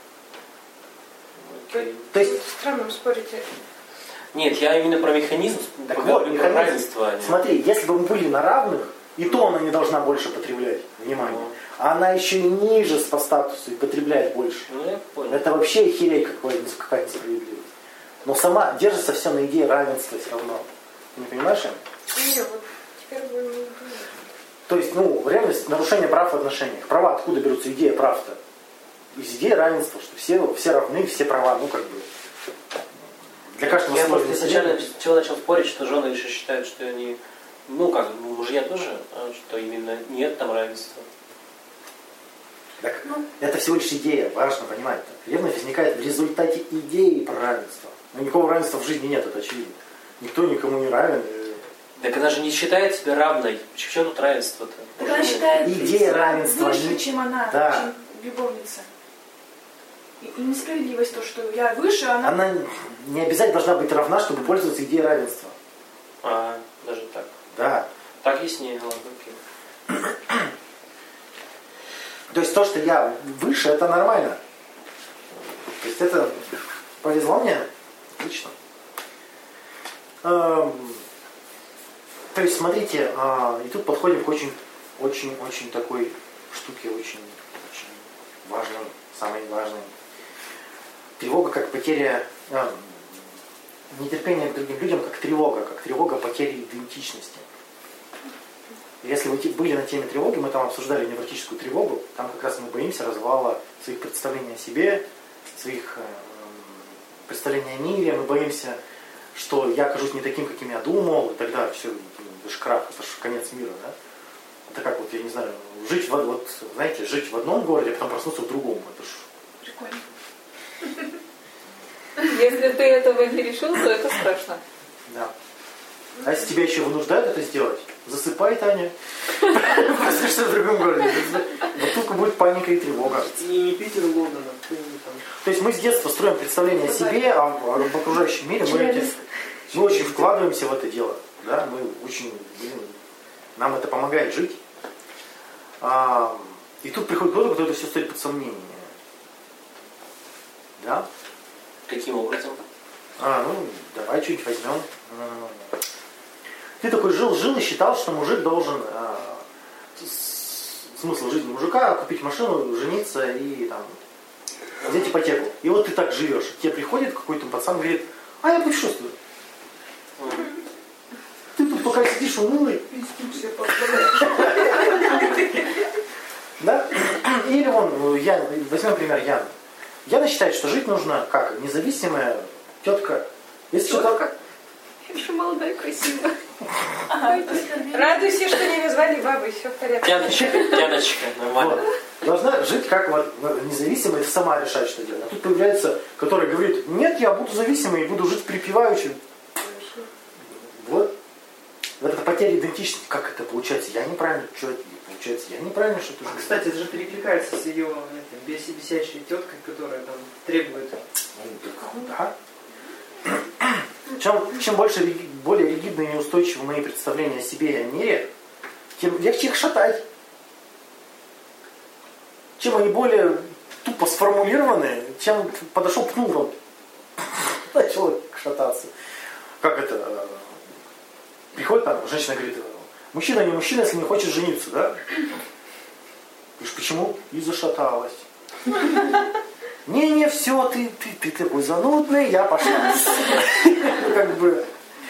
Окей. То есть, В странном спорите. Нет, я именно про механизм, так про вот, механизм. равенство. а не- Смотри, если бы мы были на равных, и то она не должна больше потреблять внимание. А она еще и ниже по статусу и потребляет больше. Ну я понял. Это вообще херей какая несправедливость. Но сама держится все на идее равенства все равно. Ты не понимаешь? Нет, вот теперь вы... То есть, реальность нарушение прав в отношениях. Права откуда берутся? Идея прав-то? Из идеи равенства, что все равны, все права, для каждого Я слоя просто изначально начал спорить, что жены еще считают, что они, мужья тоже, что именно нет там равенства. Так, это всего лишь идея, важно понимать. Ревность возникает в результате идеи про равенство. Но никакого равенства в жизни нет, это очевидно. Никто никому не равен. Так она же не считает себя равной. В чем тут равенство-то? Так она считает идея равенства выше, чем она, да. чем любовница. И несправедливость то, что я выше, а она... Она не обязательно должна быть равна, чтобы пользоваться идеей равенства. Даже так. Да. Так яснее, ладно, окей. То есть то, что я выше, это нормально. То есть это повезло мне. Отлично. То есть смотрите, и тут подходим к очень такой штуке, очень важной, самой важной. Тревога как потеря, нетерпение к другим людям как тревога потери идентичности. Если вы были на теме тревоги, мы там обсуждали невротическую тревогу, там как раз мы боимся развала своих представлений о себе, своих представлений о мире, мы боимся, что я окажусь не таким, каким я думал, и тогда все, это же крах, это же конец мира, да? Это как я не знаю, жить в одном городе, а потом проснуться в другом, это ж... Прикольно. Если ты этого не решил, то это страшно. Да. А если тебя еще вынуждают это сделать, засыпай, Таня. Проснешься в другом городе. Вот только будет паника и тревога. Не Питер, Лондон, То есть мы с детства строим представление о себе, об окружающем мире. Мы очень вкладываемся в это дело. Да? Нам это помогает жить. И тут приходит кто-то, кто это все ставит под сомнение. Да? Каким образом? Давай что-нибудь возьмем. Ты такой жил и считал, что мужик должен смысл жизни мужика купить машину, жениться и там взять ипотеку. И вот ты так живешь. Тебе приходит какой-то пацан и говорит, я путешествую. Ты тут пока сидишь унылый. Да? Или возьмем пример Яны. Яна считает, что жить нужно как независимая тетка. Если что-то... Я еще молодая, красивая. Радуйся, что не назвали бабой, все в порядке. Тяночка, нормально. Должна жить как независимая, ты сама решать, что делать. А тут появляется, который говорит, нет, я буду зависимой и буду жить припеваючи. Вот. Вот это потеря идентичности. Как это получается? Я неправильно, что это получается? Я неправильно что-то живу. Кстати, это же перекликается с ее бесящей теткой, которая там требует. Да. Чем более ригидные и неустойчивы мои представления о себе и о мире, тем легче их шатать. Чем они более тупо сформулированы, чем подошел пнул, начал шататься. Как это? Приходит там, женщина говорит, мужчина не мужчина, если не хочет жениться, да? Говоришь, почему? И зашаталась. Не, все, ты такой занудный, я пошла. Как бы.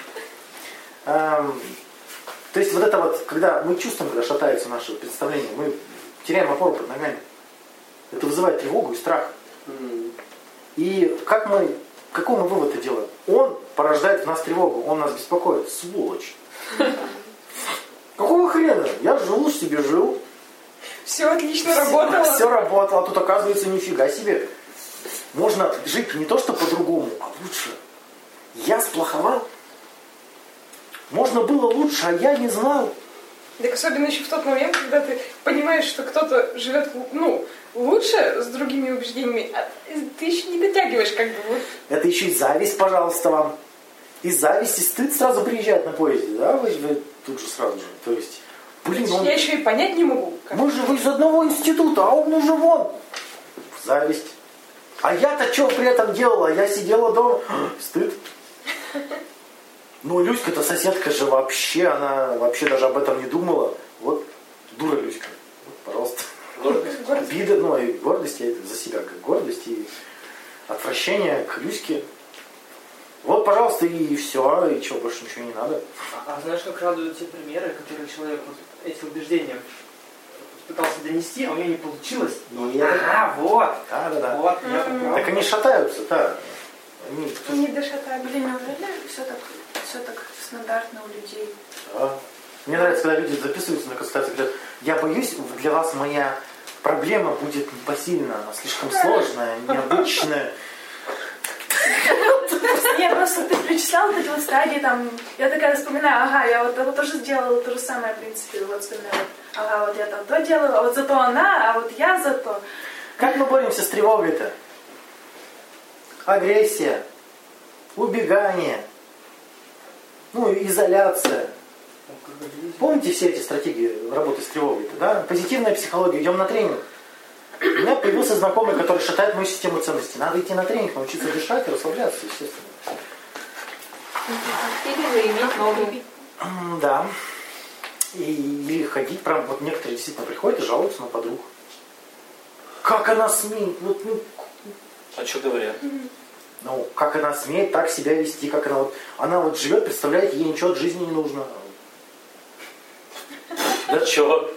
То есть вот это вот, когда мы чувствуем, когда шатается наше представление, мы теряем опору под ногами. Это вызывает тревогу и страх. И какой мы вывод делаем? Он порождает в нас тревогу, он нас беспокоит. Сволочь. Какого хрена? Я жил. Все отлично работало. Все работало, а тут оказывается нифига себе. Можно жить не то что по-другому, а лучше. Я сплоховал. Можно было лучше, а я не знал. Так особенно еще в тот момент, когда ты понимаешь, что кто-то живет лучше с другими убеждениями, а ты еще не дотягиваешь как бы. Вот. Это еще и зависть, пожалуйста, вам. И зависть, и стыд сразу приезжает на поезде, да? Вы тут же сразу же. То есть, я еще и понять не могу. Мы же из одного института, а он уже вон. Зависть. А я-то что при этом делала? Я сидела дома. Стыд. Люська-то соседка же она вообще даже об этом не думала. Вот дура Люська. Вот, пожалуйста. Обида, и гордость, я за себя как гордость и отвращение к Люське. Вот, пожалуйста, и все, и что, больше ничего не надо. А знаешь, как радуют те примеры, которые человек вот эти убеждения пытался донести, а у него не получилось? Вот. Да. Вот, я попробовал. Так они шатаются, да. Не дошатали. Блин, неужели все так стандартно у людей? Да. Мне нравится, когда люди записываются на консультацию и говорят, я боюсь, для вас моя проблема будет непосильна, она слишком сложная, необычная. Я просто, ты перечисляла вот эти вот стадии, там, я такая вспоминаю, ага, я вот это тоже сделала, то же самое, в принципе, вот вспоминаю, ага, вот я там то делала, а вот зато она, а вот я зато. Как мы боремся с тревогой-то? Агрессия, убегание, изоляция. Помните все эти стратегии работы с тревогой-то, да? Позитивная психология, идем на тренинг. У меня появился знакомый, который шатает мою систему ценностей. Надо идти на тренинг, научиться дышать и расслабляться, естественно. Или иметь новый. Да. Или ходить, прям, вот некоторые действительно приходят и жалуются на подруг. Как она смеет? А что говорят? Как она смеет так себя вести, как она вот живет, представляете, ей ничего от жизни не нужно. Да чё?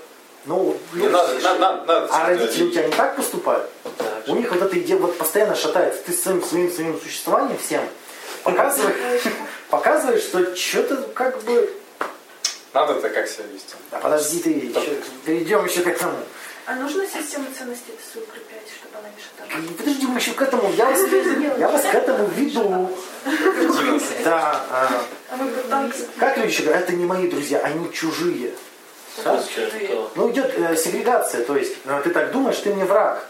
А родители у тебя не так поступают? У них вот эта идея вот постоянно шатается. Ты своим существованием всем показываешь, что что-то как бы... Надо-то как себя вести? Да подожди ты, перейдем еще к этому. А нужно систему ценностей свою укреплять, чтобы она не шаталась? Подожди, мы еще к этому, я вас к этому веду. Да. Как люди еще говорят, это не мои друзья, они чужие. Да? Идет сегрегация, то есть ты так думаешь, ты мне враг.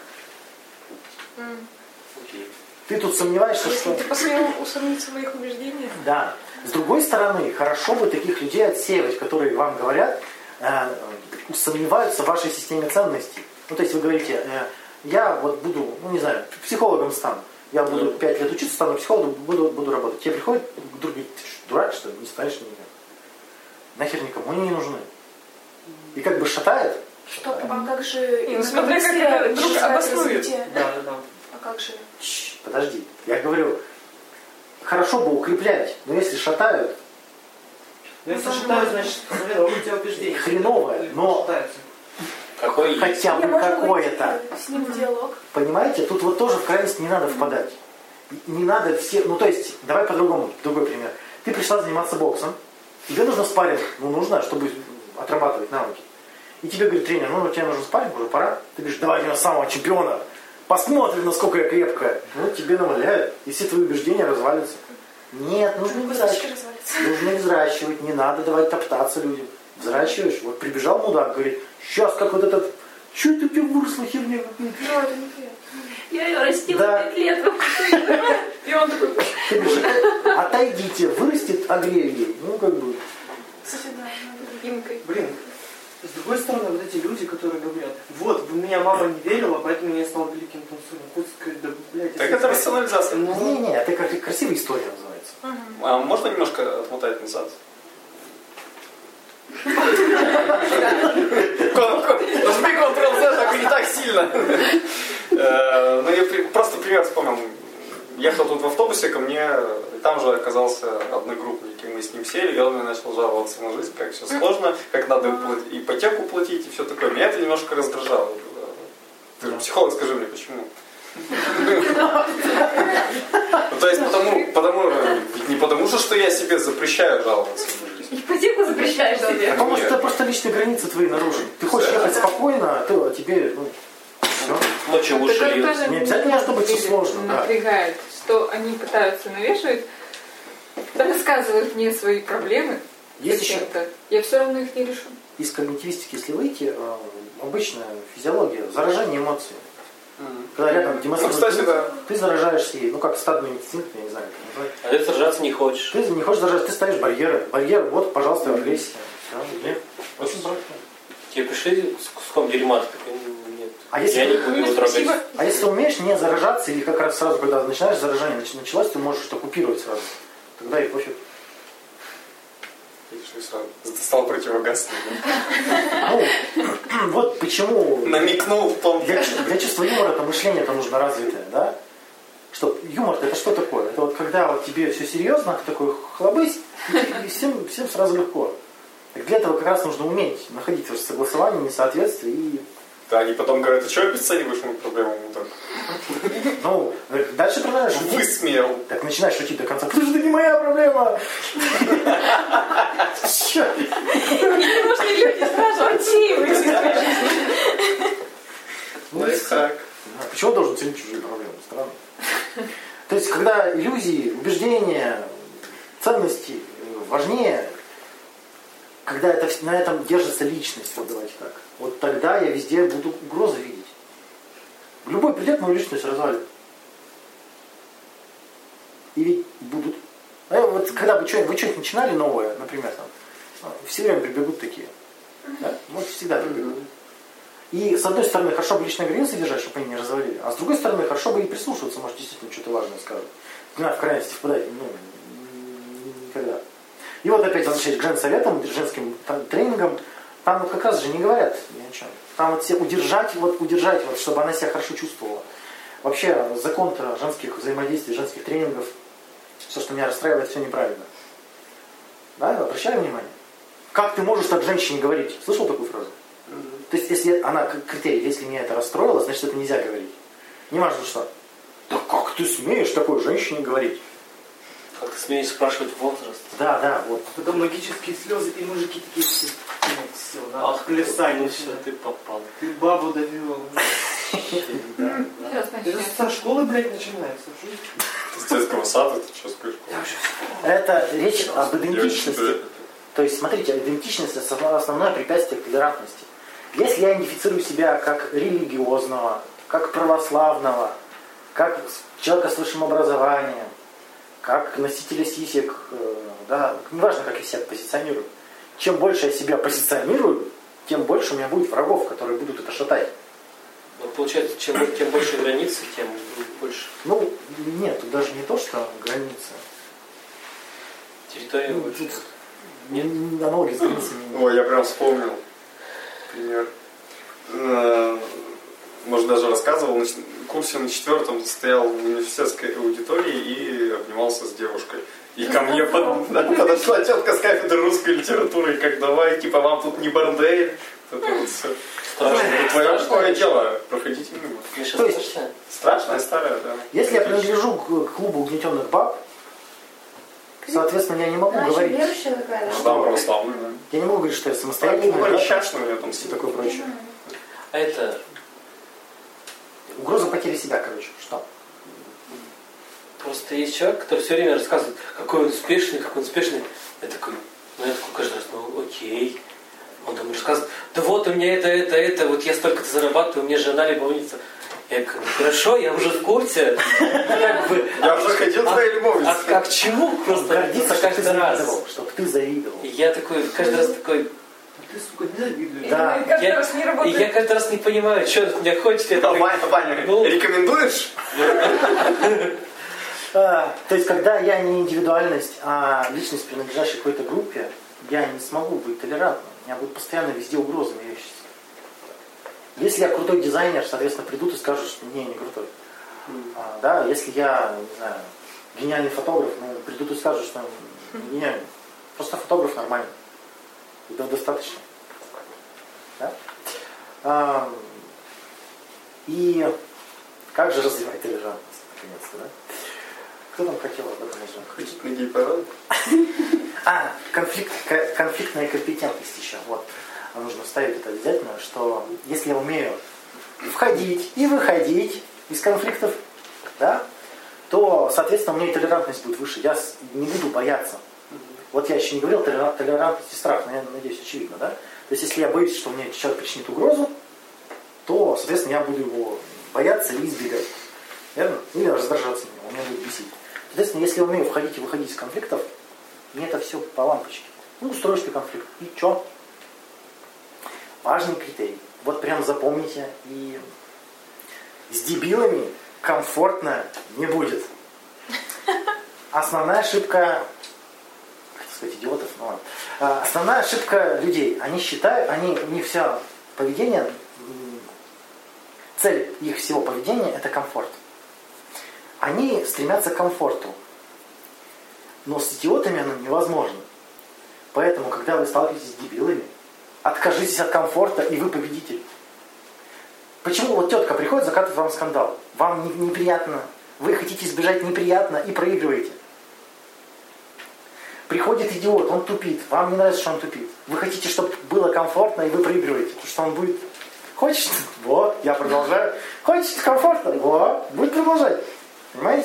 Ты тут сомневаешься, что... Ты посмел усомниться в моих убеждениях? Да. С другой стороны, хорошо бы таких людей отсеивать, которые вам говорят, сомневаются в вашей системе ценностей. То есть вы говорите, я вот буду, психологом стану. Я буду 5 лет учиться, стану психологом, буду работать. Тебе приходит друг, говорит, ты что, дурак, что ли? Не станешь никогда. Нахер никому они не нужны. И как бы шатает. Стоп, а как же... Смотри, как это друг обоснует. Да. А как же? Подожди, я говорю, хорошо бы укреплять, но если шатают... Если шатают, значит, у тебя убеждение. Хреновое, но... Хотя бы какое-то. С ним в диалог. Понимаете, тут вот тоже в крайность не надо впадать. Не надо все... давай по-другому, другой пример. Ты пришла заниматься боксом, тебе нужно спарринг, нужно, чтобы отрабатывать навыки. И тебе говорит тренер, тебе нужен спарринг, уже пора. Ты говоришь, давай на самого чемпиона, посмотрим, насколько я крепкая. Тебе наваляют, и все твои убеждения развалятся. Нет, нужно взращивать, не надо давать топтаться людям. Взращиваешь, вот прибежал мудак, говорит, сейчас как вот этот, что это у тебя выросла херня какая-то? Я ее растила 5 лет. И он такой... Ты говоришь, отойдите, вырастет агрелий. Кстати, да, Инкой. Блин, с другой стороны, вот эти люди, которые говорят, вот, в меня мама не верила, поэтому я стал великим танцором. Хочется сказать, да, блядь. Так это рационализация. Не, это как красивая история называется. А можно немножко отмотать назад? Нажми Ctrl-Z, так и не так сильно. Я просто пример вспомнил. Ехал тут в автобусе ко мне, и там же оказался одногруппник, и мы с ним сели, и он мне начал жаловаться на жизнь, как все сложно, как надо ипотеку платить и все такое. Меня это немножко раздражало. Ты же психолог, скажи мне, почему? То есть не потому что я себе запрещаю жаловаться на жизнь. Ипотеку запрещаешь себе. Потому что это просто личные границы твои нарушены. Ты хочешь ехать спокойно, а тебе, все. Ночью лучше тоже не обязательно, чтобы все сложно. Напрягает, что они пытаются навешивать, рассказывают мне свои проблемы. Есть еще? Я все равно их не решу. Из когнитивистики, если выйти, обычная физиология, заражение эмоций. Когда рядом демонстрируют, ты заражаешься ей, как стадный инстинкт, я не знаю, как назвать. А ты заражаться не хочешь. Ты не хочешь заражаться, ты ставишь барьеры. Барьер, вот, пожалуйста, агрессия. Все, очень просто. Тебе пришли с куском дерьма, ты такой, нет. Я не буду его трогать. А если ты умеешь не заражаться, или как раз сразу, когда начинаешь заражение началось, ты можешь это купировать сразу. Тогда и пофиг. Ты стал противогаснуть. Вот почему... Намекнул в том... Для чувства юмора это мышление нужно развитое, да? Стоп, юмор это что такое? Это вот когда вот тебе все серьезно, ты такой хлобысь, и всем сразу легко. Так для этого как раз нужно уметь находить согласование, несоответствие и... Да, они потом говорят, а что обесцениваешь мою проблему? Так? Ну, дальше продолжаешь шутить. Высмеял. Так начинаешь шутить до конца. Потому что это не моя проблема. Нужны люди сразу отсеиваются из твоей жизни. Лайфхак. Почему я должен ценить чужие проблемы? Странно. То есть, когда иллюзии, убеждения, ценности важнее, когда это, на этом держится личность, вот давайте так, вот тогда я везде буду угрозы видеть. Любой придет, мою личность развалит. И ведь будут. Вот когда вы что-нибудь начинали новое, например, там, все время прибегут такие. Да? Вот всегда прибегут. И с одной стороны, хорошо бы личные границы держать, чтобы они не развалили, а с другой стороны, хорошо бы и прислушиваться, может, действительно что-то важное скажут. Не надо в крайности впадать, никогда. И вот опять возвращаясь к женсоветам, женским тренингам, там вот как раз же не говорят ни о чем. Там вот все удержать, чтобы она себя хорошо чувствовала. Вообще, закон-то женских взаимодействий, женских тренингов, все, что меня расстраивает, все неправильно. Да, обращали внимание? Как ты можешь так женщине говорить? Слышал такую фразу? То есть, если она, критерий, если меня это расстроило, значит, это нельзя говорить. Не важно что. Да как ты смеешь такой женщине говорить? Как ты смеешь спрашивать возраст? Да, вот. Потом магические слезы, и мужики такие все. Все, надо плясать. Ну все, ты попал. Ты бабу довела. Это со школы, блядь, начинается. С детского сада ты что скажешь? Это речь об идентичности. То есть, смотрите, идентичность – это основное препятствие к толерантности. Если я идентифицирую себя как религиозного, как православного, как человека с высшим образованием, как носителя сисек, да, неважно, как я себя позиционирую. Чем больше я себя позиционирую, тем больше у меня будет врагов, которые будут это шатать. Вот получается, тем больше границы, тем больше. Ну, нет, тут даже не то, что границы. Территория больше. Аналогии с границами. Ой, я прям вспомнил пример. Может, даже рассказывал, на курсе на 4 стоял в университетской аудитории и обнимался с девушкой. И ко мне подошла тетка с кафедры русской литературы, и как давай, типа, вам тут не бордель. Это вот все. Страшно. Твое дело, проходите мимо. То есть, страшная, старая, да. Если я принадлежу к клубу угнетенных баб, соответственно, я не могу говорить. Верующая такая, да? Да, православная, да. Я не могу говорить, что я Так, самостоятельный. буквально да, несчастная у меня там и такое прочее. А это... Угроза потери себя, короче. Что? Просто есть человек, который все время рассказывает, какой он успешный. Я такой каждый раз, окей. Он там рассказывает, да вот у меня это, вот я столько-то зарабатываю, у меня жена любовница. Я говорю, хорошо, я уже в курсе. Я уже ходил к твоей любовнице. А к чему? Просто Гордиться, что ты каждый раз. завидовал. Чтобы ты завидовал. И я такой, каждый раз такой... Ты, сука, не завидуешь. Да. И каждый раз не И работает. я каждый раз не понимаю, что от меня хочет. Я такой, Ваня, ну, рекомендуешь? То есть, когда я не индивидуальность, а личность, принадлежащая какой-то группе, я не смогу быть толерантным. Меня будут постоянно везде угрозы мерещиться. Если я крутой дизайнер, соответственно, придут и скажут, что не крутой. Да, если я, не знаю, гениальный фотограф, придут и скажут, что не гениальный. Просто фотограф нормальный. Этого достаточно. Да? И как же развивать толерантность, наконец-то, да? Кто там хотел об этом узнать? Ходить на гей-парад? Конфликтная компетентность еще. Вот. Нужно вставить это обязательно, что если я умею входить и выходить из конфликтов, да, то, соответственно, у меня и толерантность будет выше. Я не буду бояться. Вот я еще не говорил толерантность и страх, но я надеюсь, очевидно, да? То есть, если я боюсь, что мне человек причинит угрозу, то, соответственно, я буду его бояться и избегать. Верно? Или раздражаться на него, он меня будет бесить. Соответственно, если я умею входить и выходить из конфликтов, мне это все по лампочке. Устроишь ты конфликт. И что? Важный критерий. Вот прям запомните. И с дебилами комфортно не будет. Основная ошибка, хотел сказать идиотов, но ладно. Основная ошибка людей. Они считают, у них все поведение, цель их всего поведения это комфорт. они стремятся к комфорту. Но с идиотами оно невозможно. Поэтому, когда вы сталкиваетесь с дебилами, откажитесь от комфорта, и вы победитель. Почему вот тетка приходит, закатывает вам скандал? Вам неприятно. Вы хотите избежать неприятно и проигрываете. Приходит идиот, он тупит. Вам не нравится, что он тупит. Вы хотите, чтобы было комфортно, и вы проигрываете. Потому что он будет... Хочешь? Вот, я продолжаю. Хочешь комфортно? Вот, будет продолжать. Понимаете?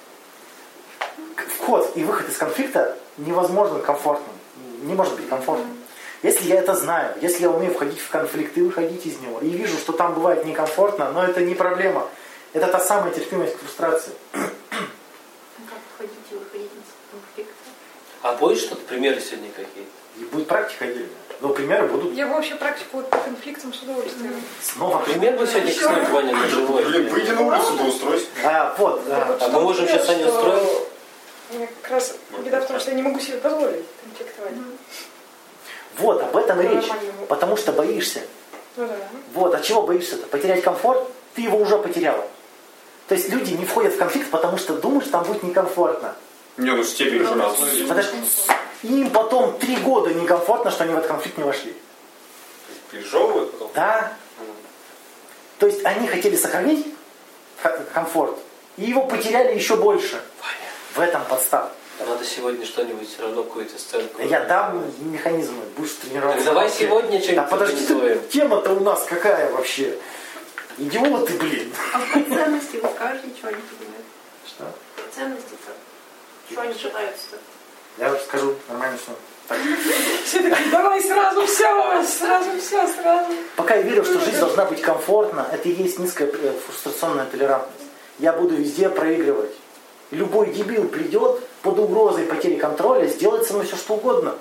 Вход и выход из конфликта невозможно комфортным. Не может быть комфортным. Если я это знаю, если я умею входить в конфликт и выходить из него, и вижу, что там бывает некомфортно, но это не проблема. Это та самая терпимость к фрустрации. Как входить и выходить из конфликта? А будешь что-то, примеры сегодня какие-то? И будет практика отдельная. Но примеры будут. Я бы вообще практику вот по конфликтам с удовольствием. Снова. Пример бы сегодня, кстати, Ваня, на живой. Блин, выйди на улицу, да устройся. А мы можем сейчас Саню устроить? У меня как раз беда в том, что я не могу себе позволить конфликтовать. Вот, об этом и речь. Потому что боишься. Ну да. Вот, от чего боишься-то? Потерять комфорт? Ты его уже потерял. То есть люди не входят в конфликт, потому что думают, что там будет некомфортно. Не, ну степень же разная. Подожди. Им потом 3 года некомфортно, что они в этот конфликт не вошли. Пережевывают потом? Да. То есть они хотели сохранить комфорт, и его потеряли еще больше. В этом подстава. Надо сегодня что-нибудь все равно, какую-то сценку. Я дам механизмы, будешь тренироваться. Так давай сегодня что-нибудь. Да подожди, тема-то у нас какая вообще? Идиоты, блин. А по ценности вы скажете, что они понимают? Что? По ценности-то. Что они считаются-то? Я скажу нормально, что так. Все такие, давай сразу все, сразу. Пока я верю, что жизнь должна быть комфортна, это и есть низкая фрустрационная толерантность. Я буду везде проигрывать. Любой дебил придет под угрозой потери контроля, сделает со мной все что угодно.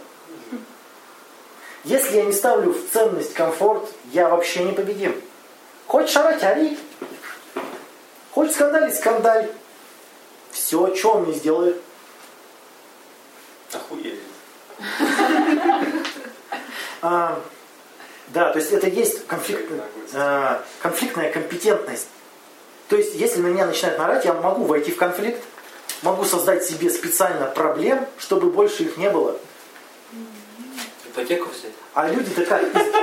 Если я не ставлю в ценность комфорт, я вообще не победим. Хочешь орать, ори. Хочешь скандалить, скандаль. Все, что он мне сделает? Охуеть. Да, то есть это есть конфликтная компетентность. То есть, если на меня начинают наорать, я могу войти в конфликт, могу создать себе специально проблем, чтобы больше их не было. Ипотеку взять? А люди-то как?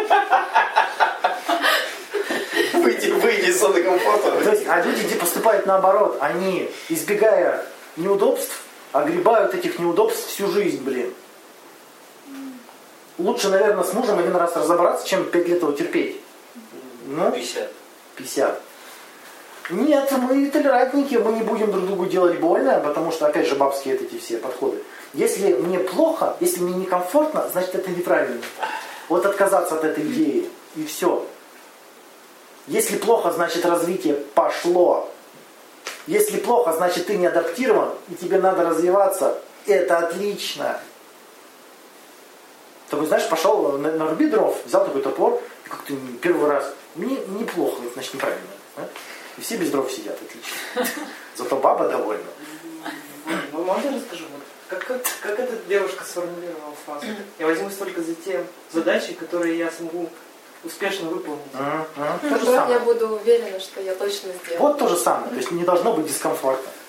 Выйди из зоны комфорта. То есть, а люди поступают наоборот. Они, избегая неудобств, огребают этих неудобств всю жизнь, блин. Лучше, наверное, с мужем один раз разобраться, чем 5 лет его терпеть. Ну, 50. Нет, мы толерантники, мы не будем друг другу делать больно, потому что, опять же, бабские эти все подходы. Если мне плохо, если мне некомфортно, значит, это неправильно. Вот отказаться от этой идеи, и все. Если плохо, значит, развитие пошло. Если плохо, значит, ты не адаптирован, и тебе надо развиваться. Это отлично. Такой, знаешь, пошел наруби дров, взял такой топор, и как-то первый раз, мне неплохо, это значит неправильно. Да? И все без дров сидят, отлично. Зато баба довольна. Ну, можно я расскажу? Вот, как эта девушка сформулировала фразу? Я возьму только за те задачи, которые я смогу успешно выполнить. То же самое. Я буду уверена, что я точно сделаю. Вот то же самое. То есть не должно быть дискомфорта.